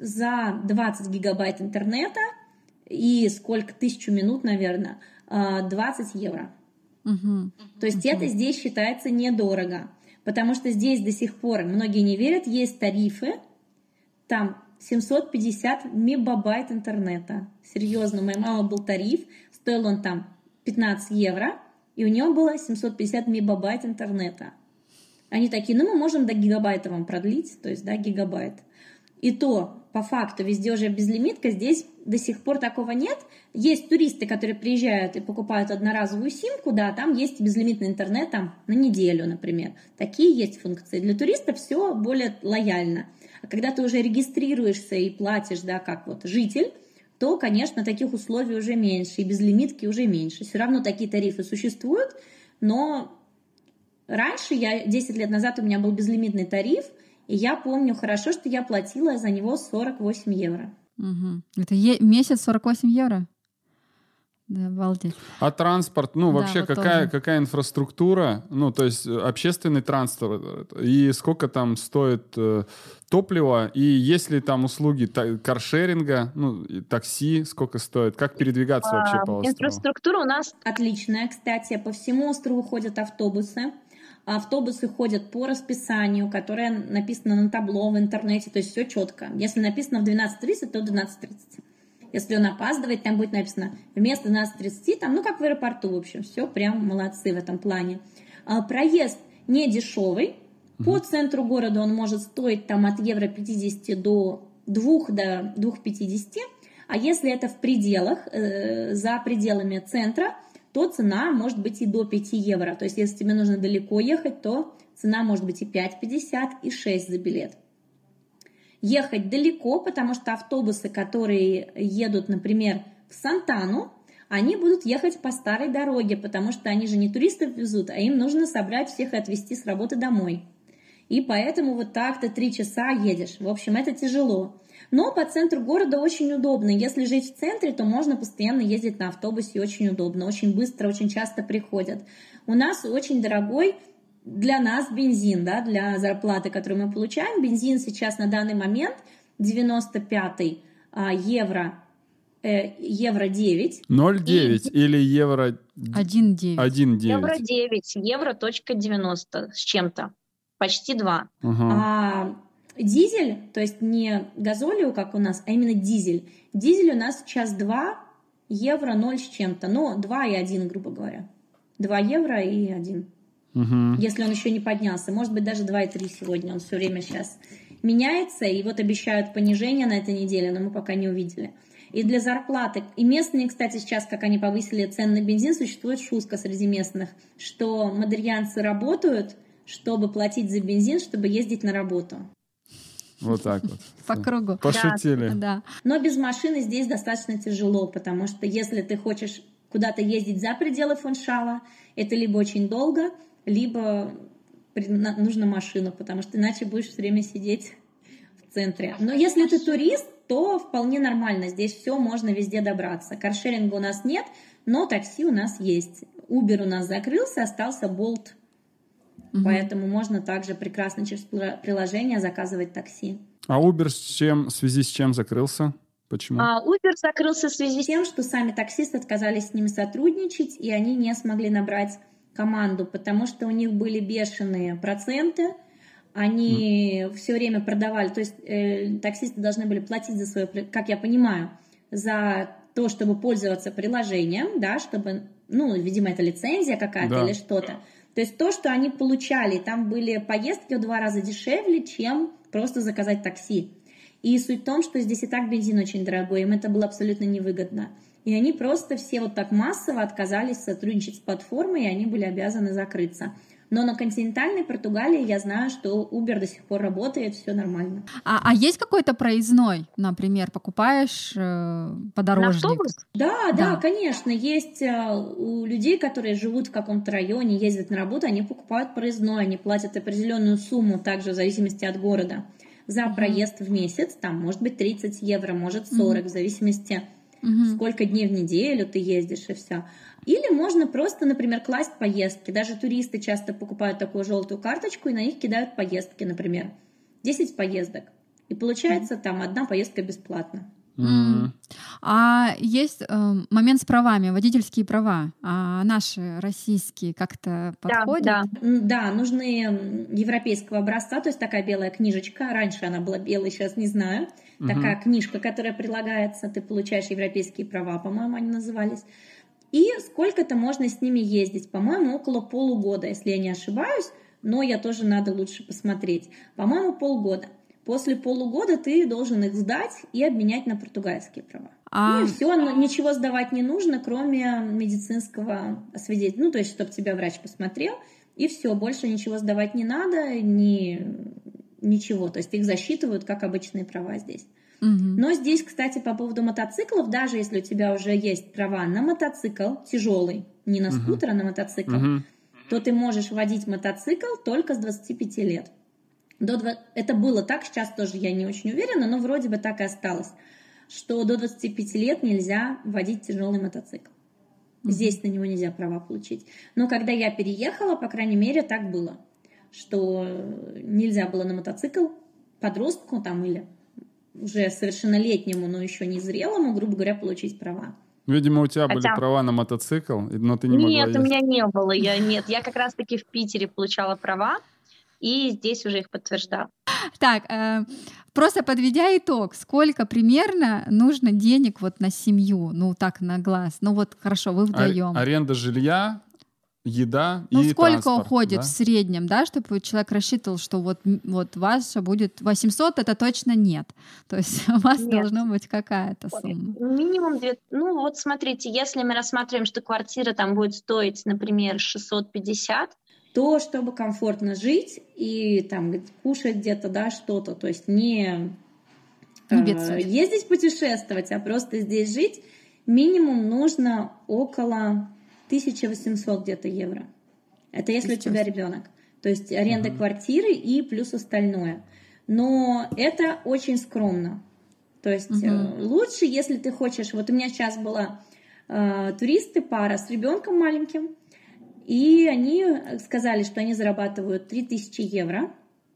20 гигабайт интернета и сколько, 1000 минут, наверное, 20 евро. То есть это здесь считается недорого, потому что здесь до сих пор, многие не верят, есть тарифы, там 750 мегабайт интернета. Серьезно, у моей мамы был тариф, стоил он там 15 евро, и у нее было 750 мегабайт интернета. Они такие, мы можем до гигабайта вам продлить, то есть, гигабайт. И то, по факту, везде уже безлимитка, здесь до сих пор такого нет. Есть туристы, которые приезжают и покупают одноразовую симку, там есть безлимитный интернет там, на неделю, например. Такие есть функции. Для туристов все более лояльно. А когда ты уже регистрируешься и платишь, как вот житель, то, конечно, таких условий уже меньше, и безлимитки уже меньше. Все равно такие тарифы существуют, но раньше, 10 лет назад у меня был безлимитный тариф, и я помню хорошо, что я платила за него 48 евро. Это месяц 48 евро? Да, обалдеть. А транспорт, вообще вот какая инфраструктура, то есть общественный транспорт, и сколько там стоит топливо, и есть ли там услуги каршеринга, такси, сколько стоит, как передвигаться вообще по острову? Инфраструктура у нас отличная, кстати, по всему острову ходят автобусы. Автобусы ходят по расписанию, которое написано на табло в интернете, то есть все четко. Если написано в 12:30, то 12:30. Если он опаздывает, там будет написано вместо 12:30, как в аэропорту, в общем, все прям молодцы в этом плане. Проезд не дешевый, по центру города он может стоить от евро 50 до 2,50, а если это в пределах, за пределами центра, то цена может быть и до 5 евро. То есть, если тебе нужно далеко ехать, то цена может быть и 5,50, и 6 за билет. Ехать далеко, потому что автобусы, которые едут, например, в Сантану, они будут ехать по старой дороге, потому что они же не туристов везут, а им нужно собрать всех и отвезти с работы домой. И поэтому вот так-то 3 часа едешь. В общем, это тяжело. Но по центру города очень удобно. Если жить в центре, то можно постоянно ездить на автобусе, очень удобно, очень быстро, очень часто приходят. У нас очень дорогой для нас бензин, для зарплаты, которую мы получаем. Бензин сейчас на данный момент 95 евро, евро 9. 0,9 или евро... 1,9. 1,9. Евро 9, евро.90 с чем-то. Почти 2. Дизель, то есть не газолио, как у нас, а именно дизель. Дизель у нас сейчас 2 евро 0 с чем-то. 2 и 1, грубо говоря. 2 евро и 1. Если он еще не поднялся. Может быть, даже 2,3 сегодня. Он все время сейчас меняется. И вот обещают понижение на этой неделе, но мы пока не увидели. И для зарплаты. И местные, кстати, сейчас, как они повысили цены на бензин, существует шутка среди местных, что мадерьянцы работают, чтобы платить за бензин, чтобы ездить на работу. Вот так вот. По кругу. Пошутили. Да. Но без машины здесь достаточно тяжело, потому что если ты хочешь куда-то ездить за пределы Фуншала, это либо очень долго, либо нужна машина, потому что иначе будешь все время сидеть в центре. Но если ты турист, то вполне нормально. Здесь все можно везде добраться. Каршеринга у нас нет, но такси у нас есть. Uber у нас закрылся, остался Bolt. Поэтому можно также прекрасно через приложение заказывать такси. А Uber в связи с чем закрылся? Почему? Uber закрылся в связи с тем, что сами таксисты отказались с ними сотрудничать, и они не смогли набрать команду, потому что у них были бешеные проценты. Они все время продавали, то есть таксисты должны были платить за свое, как я понимаю, за то, чтобы пользоваться приложением, да, чтобы, видимо, это лицензия какая-то или что-то. То есть то, что они получали, там были поездки в 2 раза дешевле, чем просто заказать такси. И суть в том, что здесь и так бензин очень дорогой, им это было абсолютно невыгодно. И они просто все вот так массово отказались сотрудничать с платформой, и они были обязаны закрыться. Но на континентальной Португалии я знаю, что Uber до сих пор работает, все нормально. А есть какой-то проездной, например, покупаешь подорожник? На автобус? Да, конечно. Есть у людей, которые живут в каком-то районе, ездят на работу, они покупают проездной, они платят определенную сумму, также в зависимости от города, за проезд в месяц. Там может быть 30 евро, может 40, в зависимости, сколько дней в неделю ты ездишь и все. Или можно просто, например, класть поездки. Даже туристы часто покупают такую желтую карточку и на них кидают поездки, например. 10 поездок. И получается там 1 поездка бесплатно. А есть момент с правами, водительские права. А наши российские как-то подходят? Да, нужны европейского образца, то есть такая белая книжечка. Раньше она была белой, сейчас не знаю. Такая книжка, которая прилагается, ты получаешь европейские права, по-моему, они назывались. И сколько-то можно с ними ездить. По-моему, около полугода, если я не ошибаюсь, но я тоже надо лучше посмотреть. По-моему, полгода. После полугода ты должен их сдать и обменять на португальские права. И все, ничего сдавать не нужно, кроме медицинского свидетельства. То есть, чтобы тебя врач посмотрел, и все, больше ничего сдавать не надо, ничего. То есть их засчитывают как обычные права здесь. Но здесь, кстати, по поводу мотоциклов, даже если у тебя уже есть права на мотоцикл тяжелый, не на скутер, а на мотоцикл, то ты можешь водить мотоцикл только с 25 лет. Это было так, сейчас тоже я не очень уверена, но вроде бы так и осталось, что до 25 лет нельзя водить тяжелый мотоцикл. Здесь на него нельзя права получить. Но когда я переехала, по крайней мере, так было, что нельзя было на мотоцикл подростку там или уже совершеннолетнему, но еще не зрелому, грубо говоря, получить права. Видимо, у тебя были права на мотоцикл, но ты не могла ездить. Нет, у меня не было. Я как раз-таки в Питере получала права, и здесь уже их подтверждала. Так, просто подведя итог, сколько примерно нужно денег вот на семью, так на глаз? Хорошо, вы вдвоем. Аренда жилья, еда и сколько транспорт, уходит в среднем, да, чтобы человек рассчитывал, что вот ваша будет 800, это точно нет. То есть у вас должна быть какая-то сумма. Минимум 2. Смотрите, если мы рассматриваем, что квартира там будет стоить, например, 650, то, чтобы комфортно жить и там кушать где-то, да, что-то, то есть не ездить путешествовать, а просто здесь жить, минимум нужно около 1800 где-то евро. Это если у тебя ребенок. То есть аренда квартиры и плюс остальное. Но это очень скромно. То есть лучше, если ты хочешь... Вот у меня сейчас была туристы, пара с ребенком маленьким, и они сказали, что они зарабатывают 3000 евро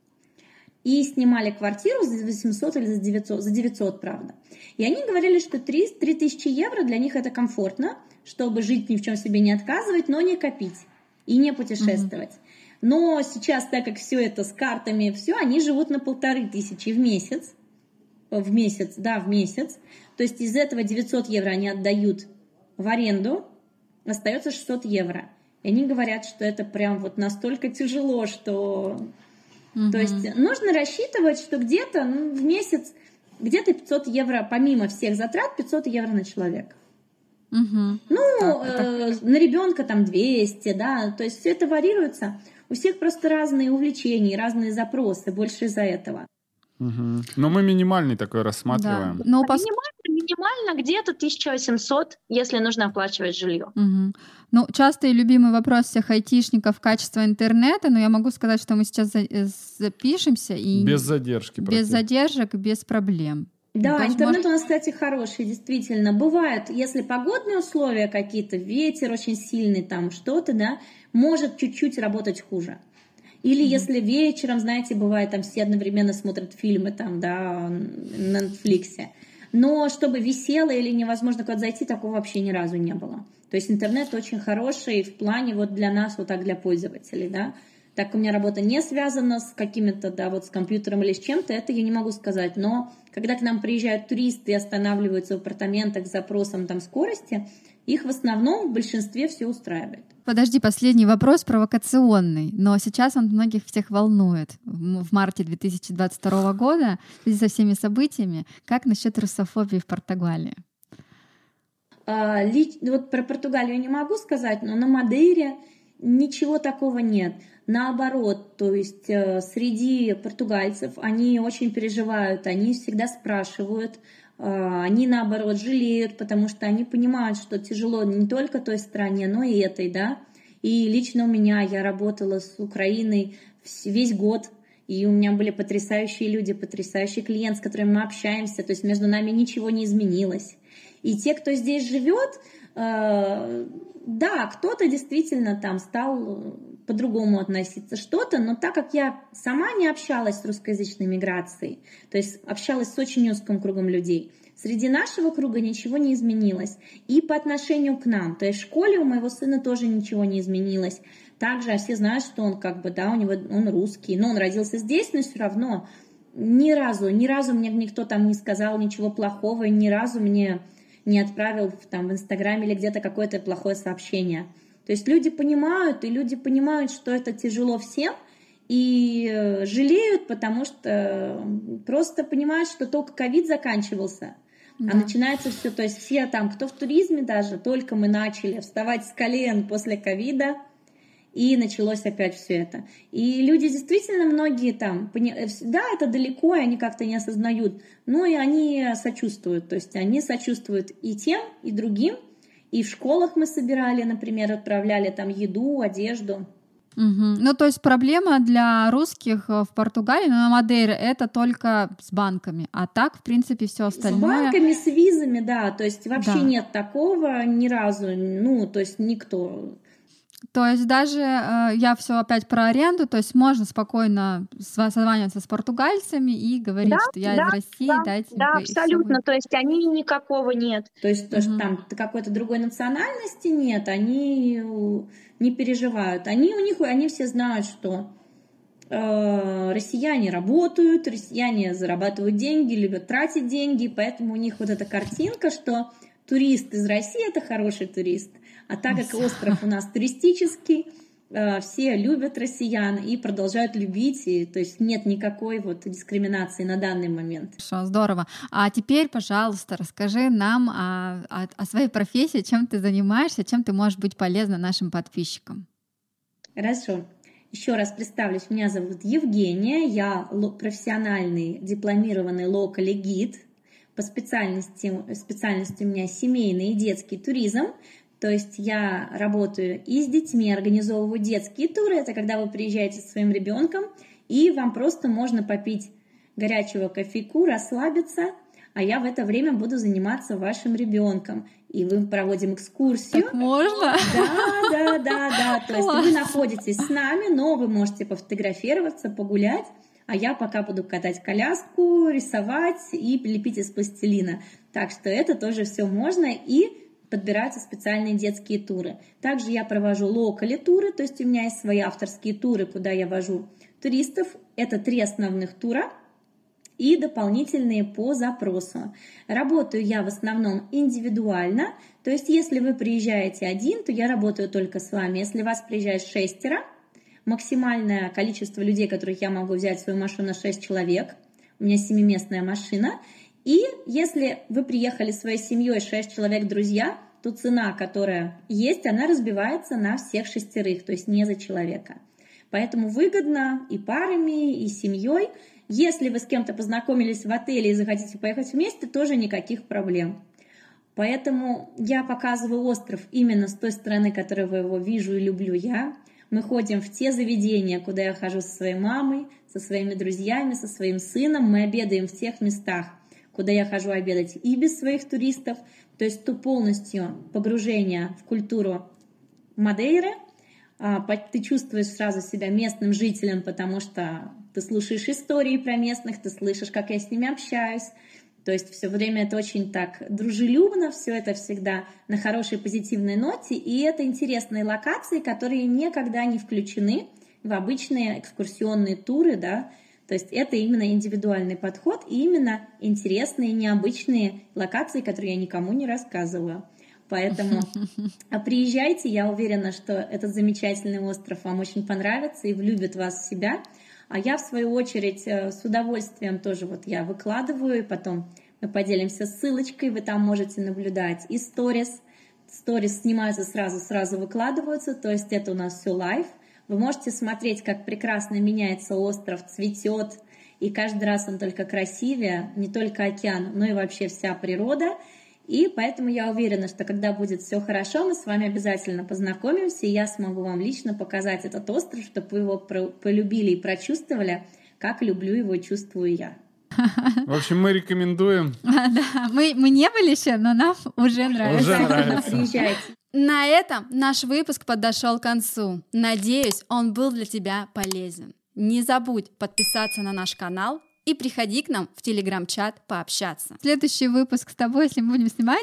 и снимали квартиру за 800 или за 900, правда. И они говорили, что 3000 евро для них это комфортно, чтобы жить ни в чем себе не отказывать, но не копить и не путешествовать. Но сейчас, так как все это с картами, все, они живут на 1500 в месяц. В месяц. То есть из этого 900 евро они отдают в аренду, остается 600 евро. И они говорят, что это прям вот настолько тяжело, что... То есть нужно рассчитывать, что где-то в месяц, где-то 500 евро, помимо всех затрат, 500 евро на человека. На ребенка там 200, да, то есть все это варьируется. У всех просто разные увлечения, разные запросы, больше из-за этого. Но мы минимальный такой рассматриваем. Да. Минимально где-то 1800, если нужно оплачивать жилье. Ну, частый и любимый вопрос всех айтишников — качество интернета, но я могу сказать, что мы сейчас запишемся и... Без задержки. Без задержек, без проблем. Да, интернет у нас, кстати, хороший, действительно. Бывает, если погодные условия какие-то, ветер очень сильный, там что-то, да, может чуть-чуть работать хуже. Или если вечером, знаете, бывает, там все одновременно смотрят фильмы там, да, на Netflix. Но чтобы висело или невозможно куда-то зайти, такого вообще ни разу не было. То есть интернет очень хороший в плане вот для нас, вот так для пользователей, да. Так у меня работа не связана с какими-то, да, вот с компьютером или с чем-то, это я не могу сказать. Но когда к нам приезжают туристы и останавливаются в апартаментах с запросом там скорости, их в основном в большинстве все устраивает. Подожди, последний вопрос провокационный, но сейчас он многих всех волнует. В марте 2022 года, в связи со всеми событиями, как насчет русофобии в Португалии? Вот про Португалию я не могу сказать, но на Мадейре ничего такого нет. Наоборот, то есть среди португальцев они очень переживают, они всегда спрашивают, они наоборот жалеют, потому что они понимают, что тяжело не только той стране, но и этой, да. И лично у меня, я работала с Украиной весь год, и у меня были потрясающие люди, потрясающий клиент, с которым мы общаемся, то есть между нами ничего не изменилось. И те, кто здесь живет, да, кто-то действительно там стал по-другому относиться что-то, но так как я сама не общалась с русскоязычной миграцией, то есть общалась с очень узким кругом людей, среди нашего круга ничего не изменилось. И по отношению к нам, то есть в школе у моего сына тоже ничего не изменилось. Также все знают, что он как бы, да, он русский, но он родился здесь, но все равно ни разу мне никто там не сказал ничего плохого, ни разу мне не отправил там в Инстаграме или где-то какое-то плохое сообщение. То есть люди понимают, что это тяжело всем, и жалеют, потому что просто понимают, что только ковид заканчивался, а начинается все, то есть все там, кто в туризме даже, только мы начали вставать с колен после ковида, и началось опять все это. И люди действительно многие там, да, это далеко, и они как-то не осознают, но и они сочувствуют, то есть они сочувствуют и тем, и другим. И в школах мы собирали, например, отправляли там еду, одежду. Ну, то есть проблема для русских в Португалии, на Мадейре, это только с банками, а так, в принципе, все остальное... С банками, с визами, да, то есть вообще нет такого ни разу, ну, то есть никто... То есть даже я все опять про аренду, то есть можно спокойно созваниваться с португальцами и говорить, что я из России, дайте. Да, абсолютно, то есть они никакого нет. То есть то, что там какой-то другой национальности нет, они не переживают. Они все знают, что россияне работают, россияне зарабатывают деньги, любят тратить деньги, поэтому у них вот эта картинка, что турист из России — это хороший турист. А так как остров у нас туристический, все любят россиян и продолжают любить, и, то есть нет никакой вот дискриминации на данный момент. Хорошо, здорово. А теперь, пожалуйста, расскажи нам о своей профессии, чем ты занимаешься, чем ты можешь быть полезна нашим подписчикам. Хорошо. Еще раз представлюсь. Меня зовут Евгения, я профессиональный дипломированный локали-гид. По специальности у меня семейный и детский туризм. То есть я работаю и с детьми, организовываю детские туры. Это когда вы приезжаете со своим ребенком, и вам просто можно попить горячего кофейку, расслабиться, а я в это время буду заниматься вашим ребенком. И мы проводим экскурсию. Так можно? Да. То есть вы находитесь с нами, но вы можете пофотографироваться, погулять, а я пока буду катать коляску, рисовать и лепить из пластилина. Так что это тоже все можно, и подбираются специальные детские туры. Также я провожу локали-туры, то есть у меня есть свои авторские туры, куда я вожу туристов. Это 3 основных тура и дополнительные по запросу. Работаю я в основном индивидуально, то есть если вы приезжаете один, то я работаю только с вами. Если вас приезжает 6, максимальное количество людей, которых я могу взять в свою машину, 6 человек, у меня 7-местная машина. И если вы приехали своей семьей, 6 человек, друзья, то цена, которая есть, она разбивается на всех 6, то есть не за человека. Поэтому выгодно и парами, и семьей. Если вы с кем-то познакомились в отеле и захотите поехать вместе, тоже никаких проблем. Поэтому я показываю остров именно с той стороны, которой я его вижу и люблю я. Мы ходим в те заведения, куда я хожу со своей мамой, со своими друзьями, со своим сыном. Мы обедаем в тех местах, куда я хожу обедать и без своих туристов. То есть то полностью погружение в культуру Мадейры. Ты чувствуешь сразу себя местным жителем, потому что ты слушаешь истории про местных, ты слышишь, как я с ними общаюсь. То есть все время это очень так дружелюбно, все это всегда на хорошей позитивной ноте. И это интересные локации, которые никогда не включены в обычные экскурсионные туры, да. То есть это именно индивидуальный подход и именно интересные, необычные локации, которые я никому не рассказываю. Поэтому приезжайте, я уверена, что этот замечательный остров вам очень понравится и влюбит вас в себя. А я, в свою очередь, с удовольствием тоже я выкладываю, и потом мы поделимся ссылочкой, вы там можете наблюдать и сторис. Сторис снимаются сразу выкладываются, то есть это у нас все лайв. Вы можете смотреть, как прекрасно меняется остров, цветет, и каждый раз он только красивее, не только океан, но и вообще вся природа. И поэтому я уверена, что когда будет все хорошо, мы с вами обязательно познакомимся, и я смогу вам лично показать этот остров, чтобы вы его полюбили и прочувствовали, как люблю его и чувствую я. В общем, мы рекомендуем. Да, мы не были еще, но нам уже нравится. Приезжайте. На этом наш выпуск подошел к концу. Надеюсь, он был для тебя полезен. Не забудь подписаться на наш канал и приходи к нам в телеграм-чат пообщаться. Следующий выпуск с тобой, если мы будем снимать,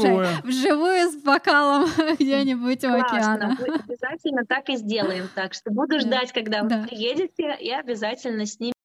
вживую с бокалом где-нибудь у океана. Мы обязательно так и сделаем. Так что буду ждать, когда вы приедете, и обязательно снимем.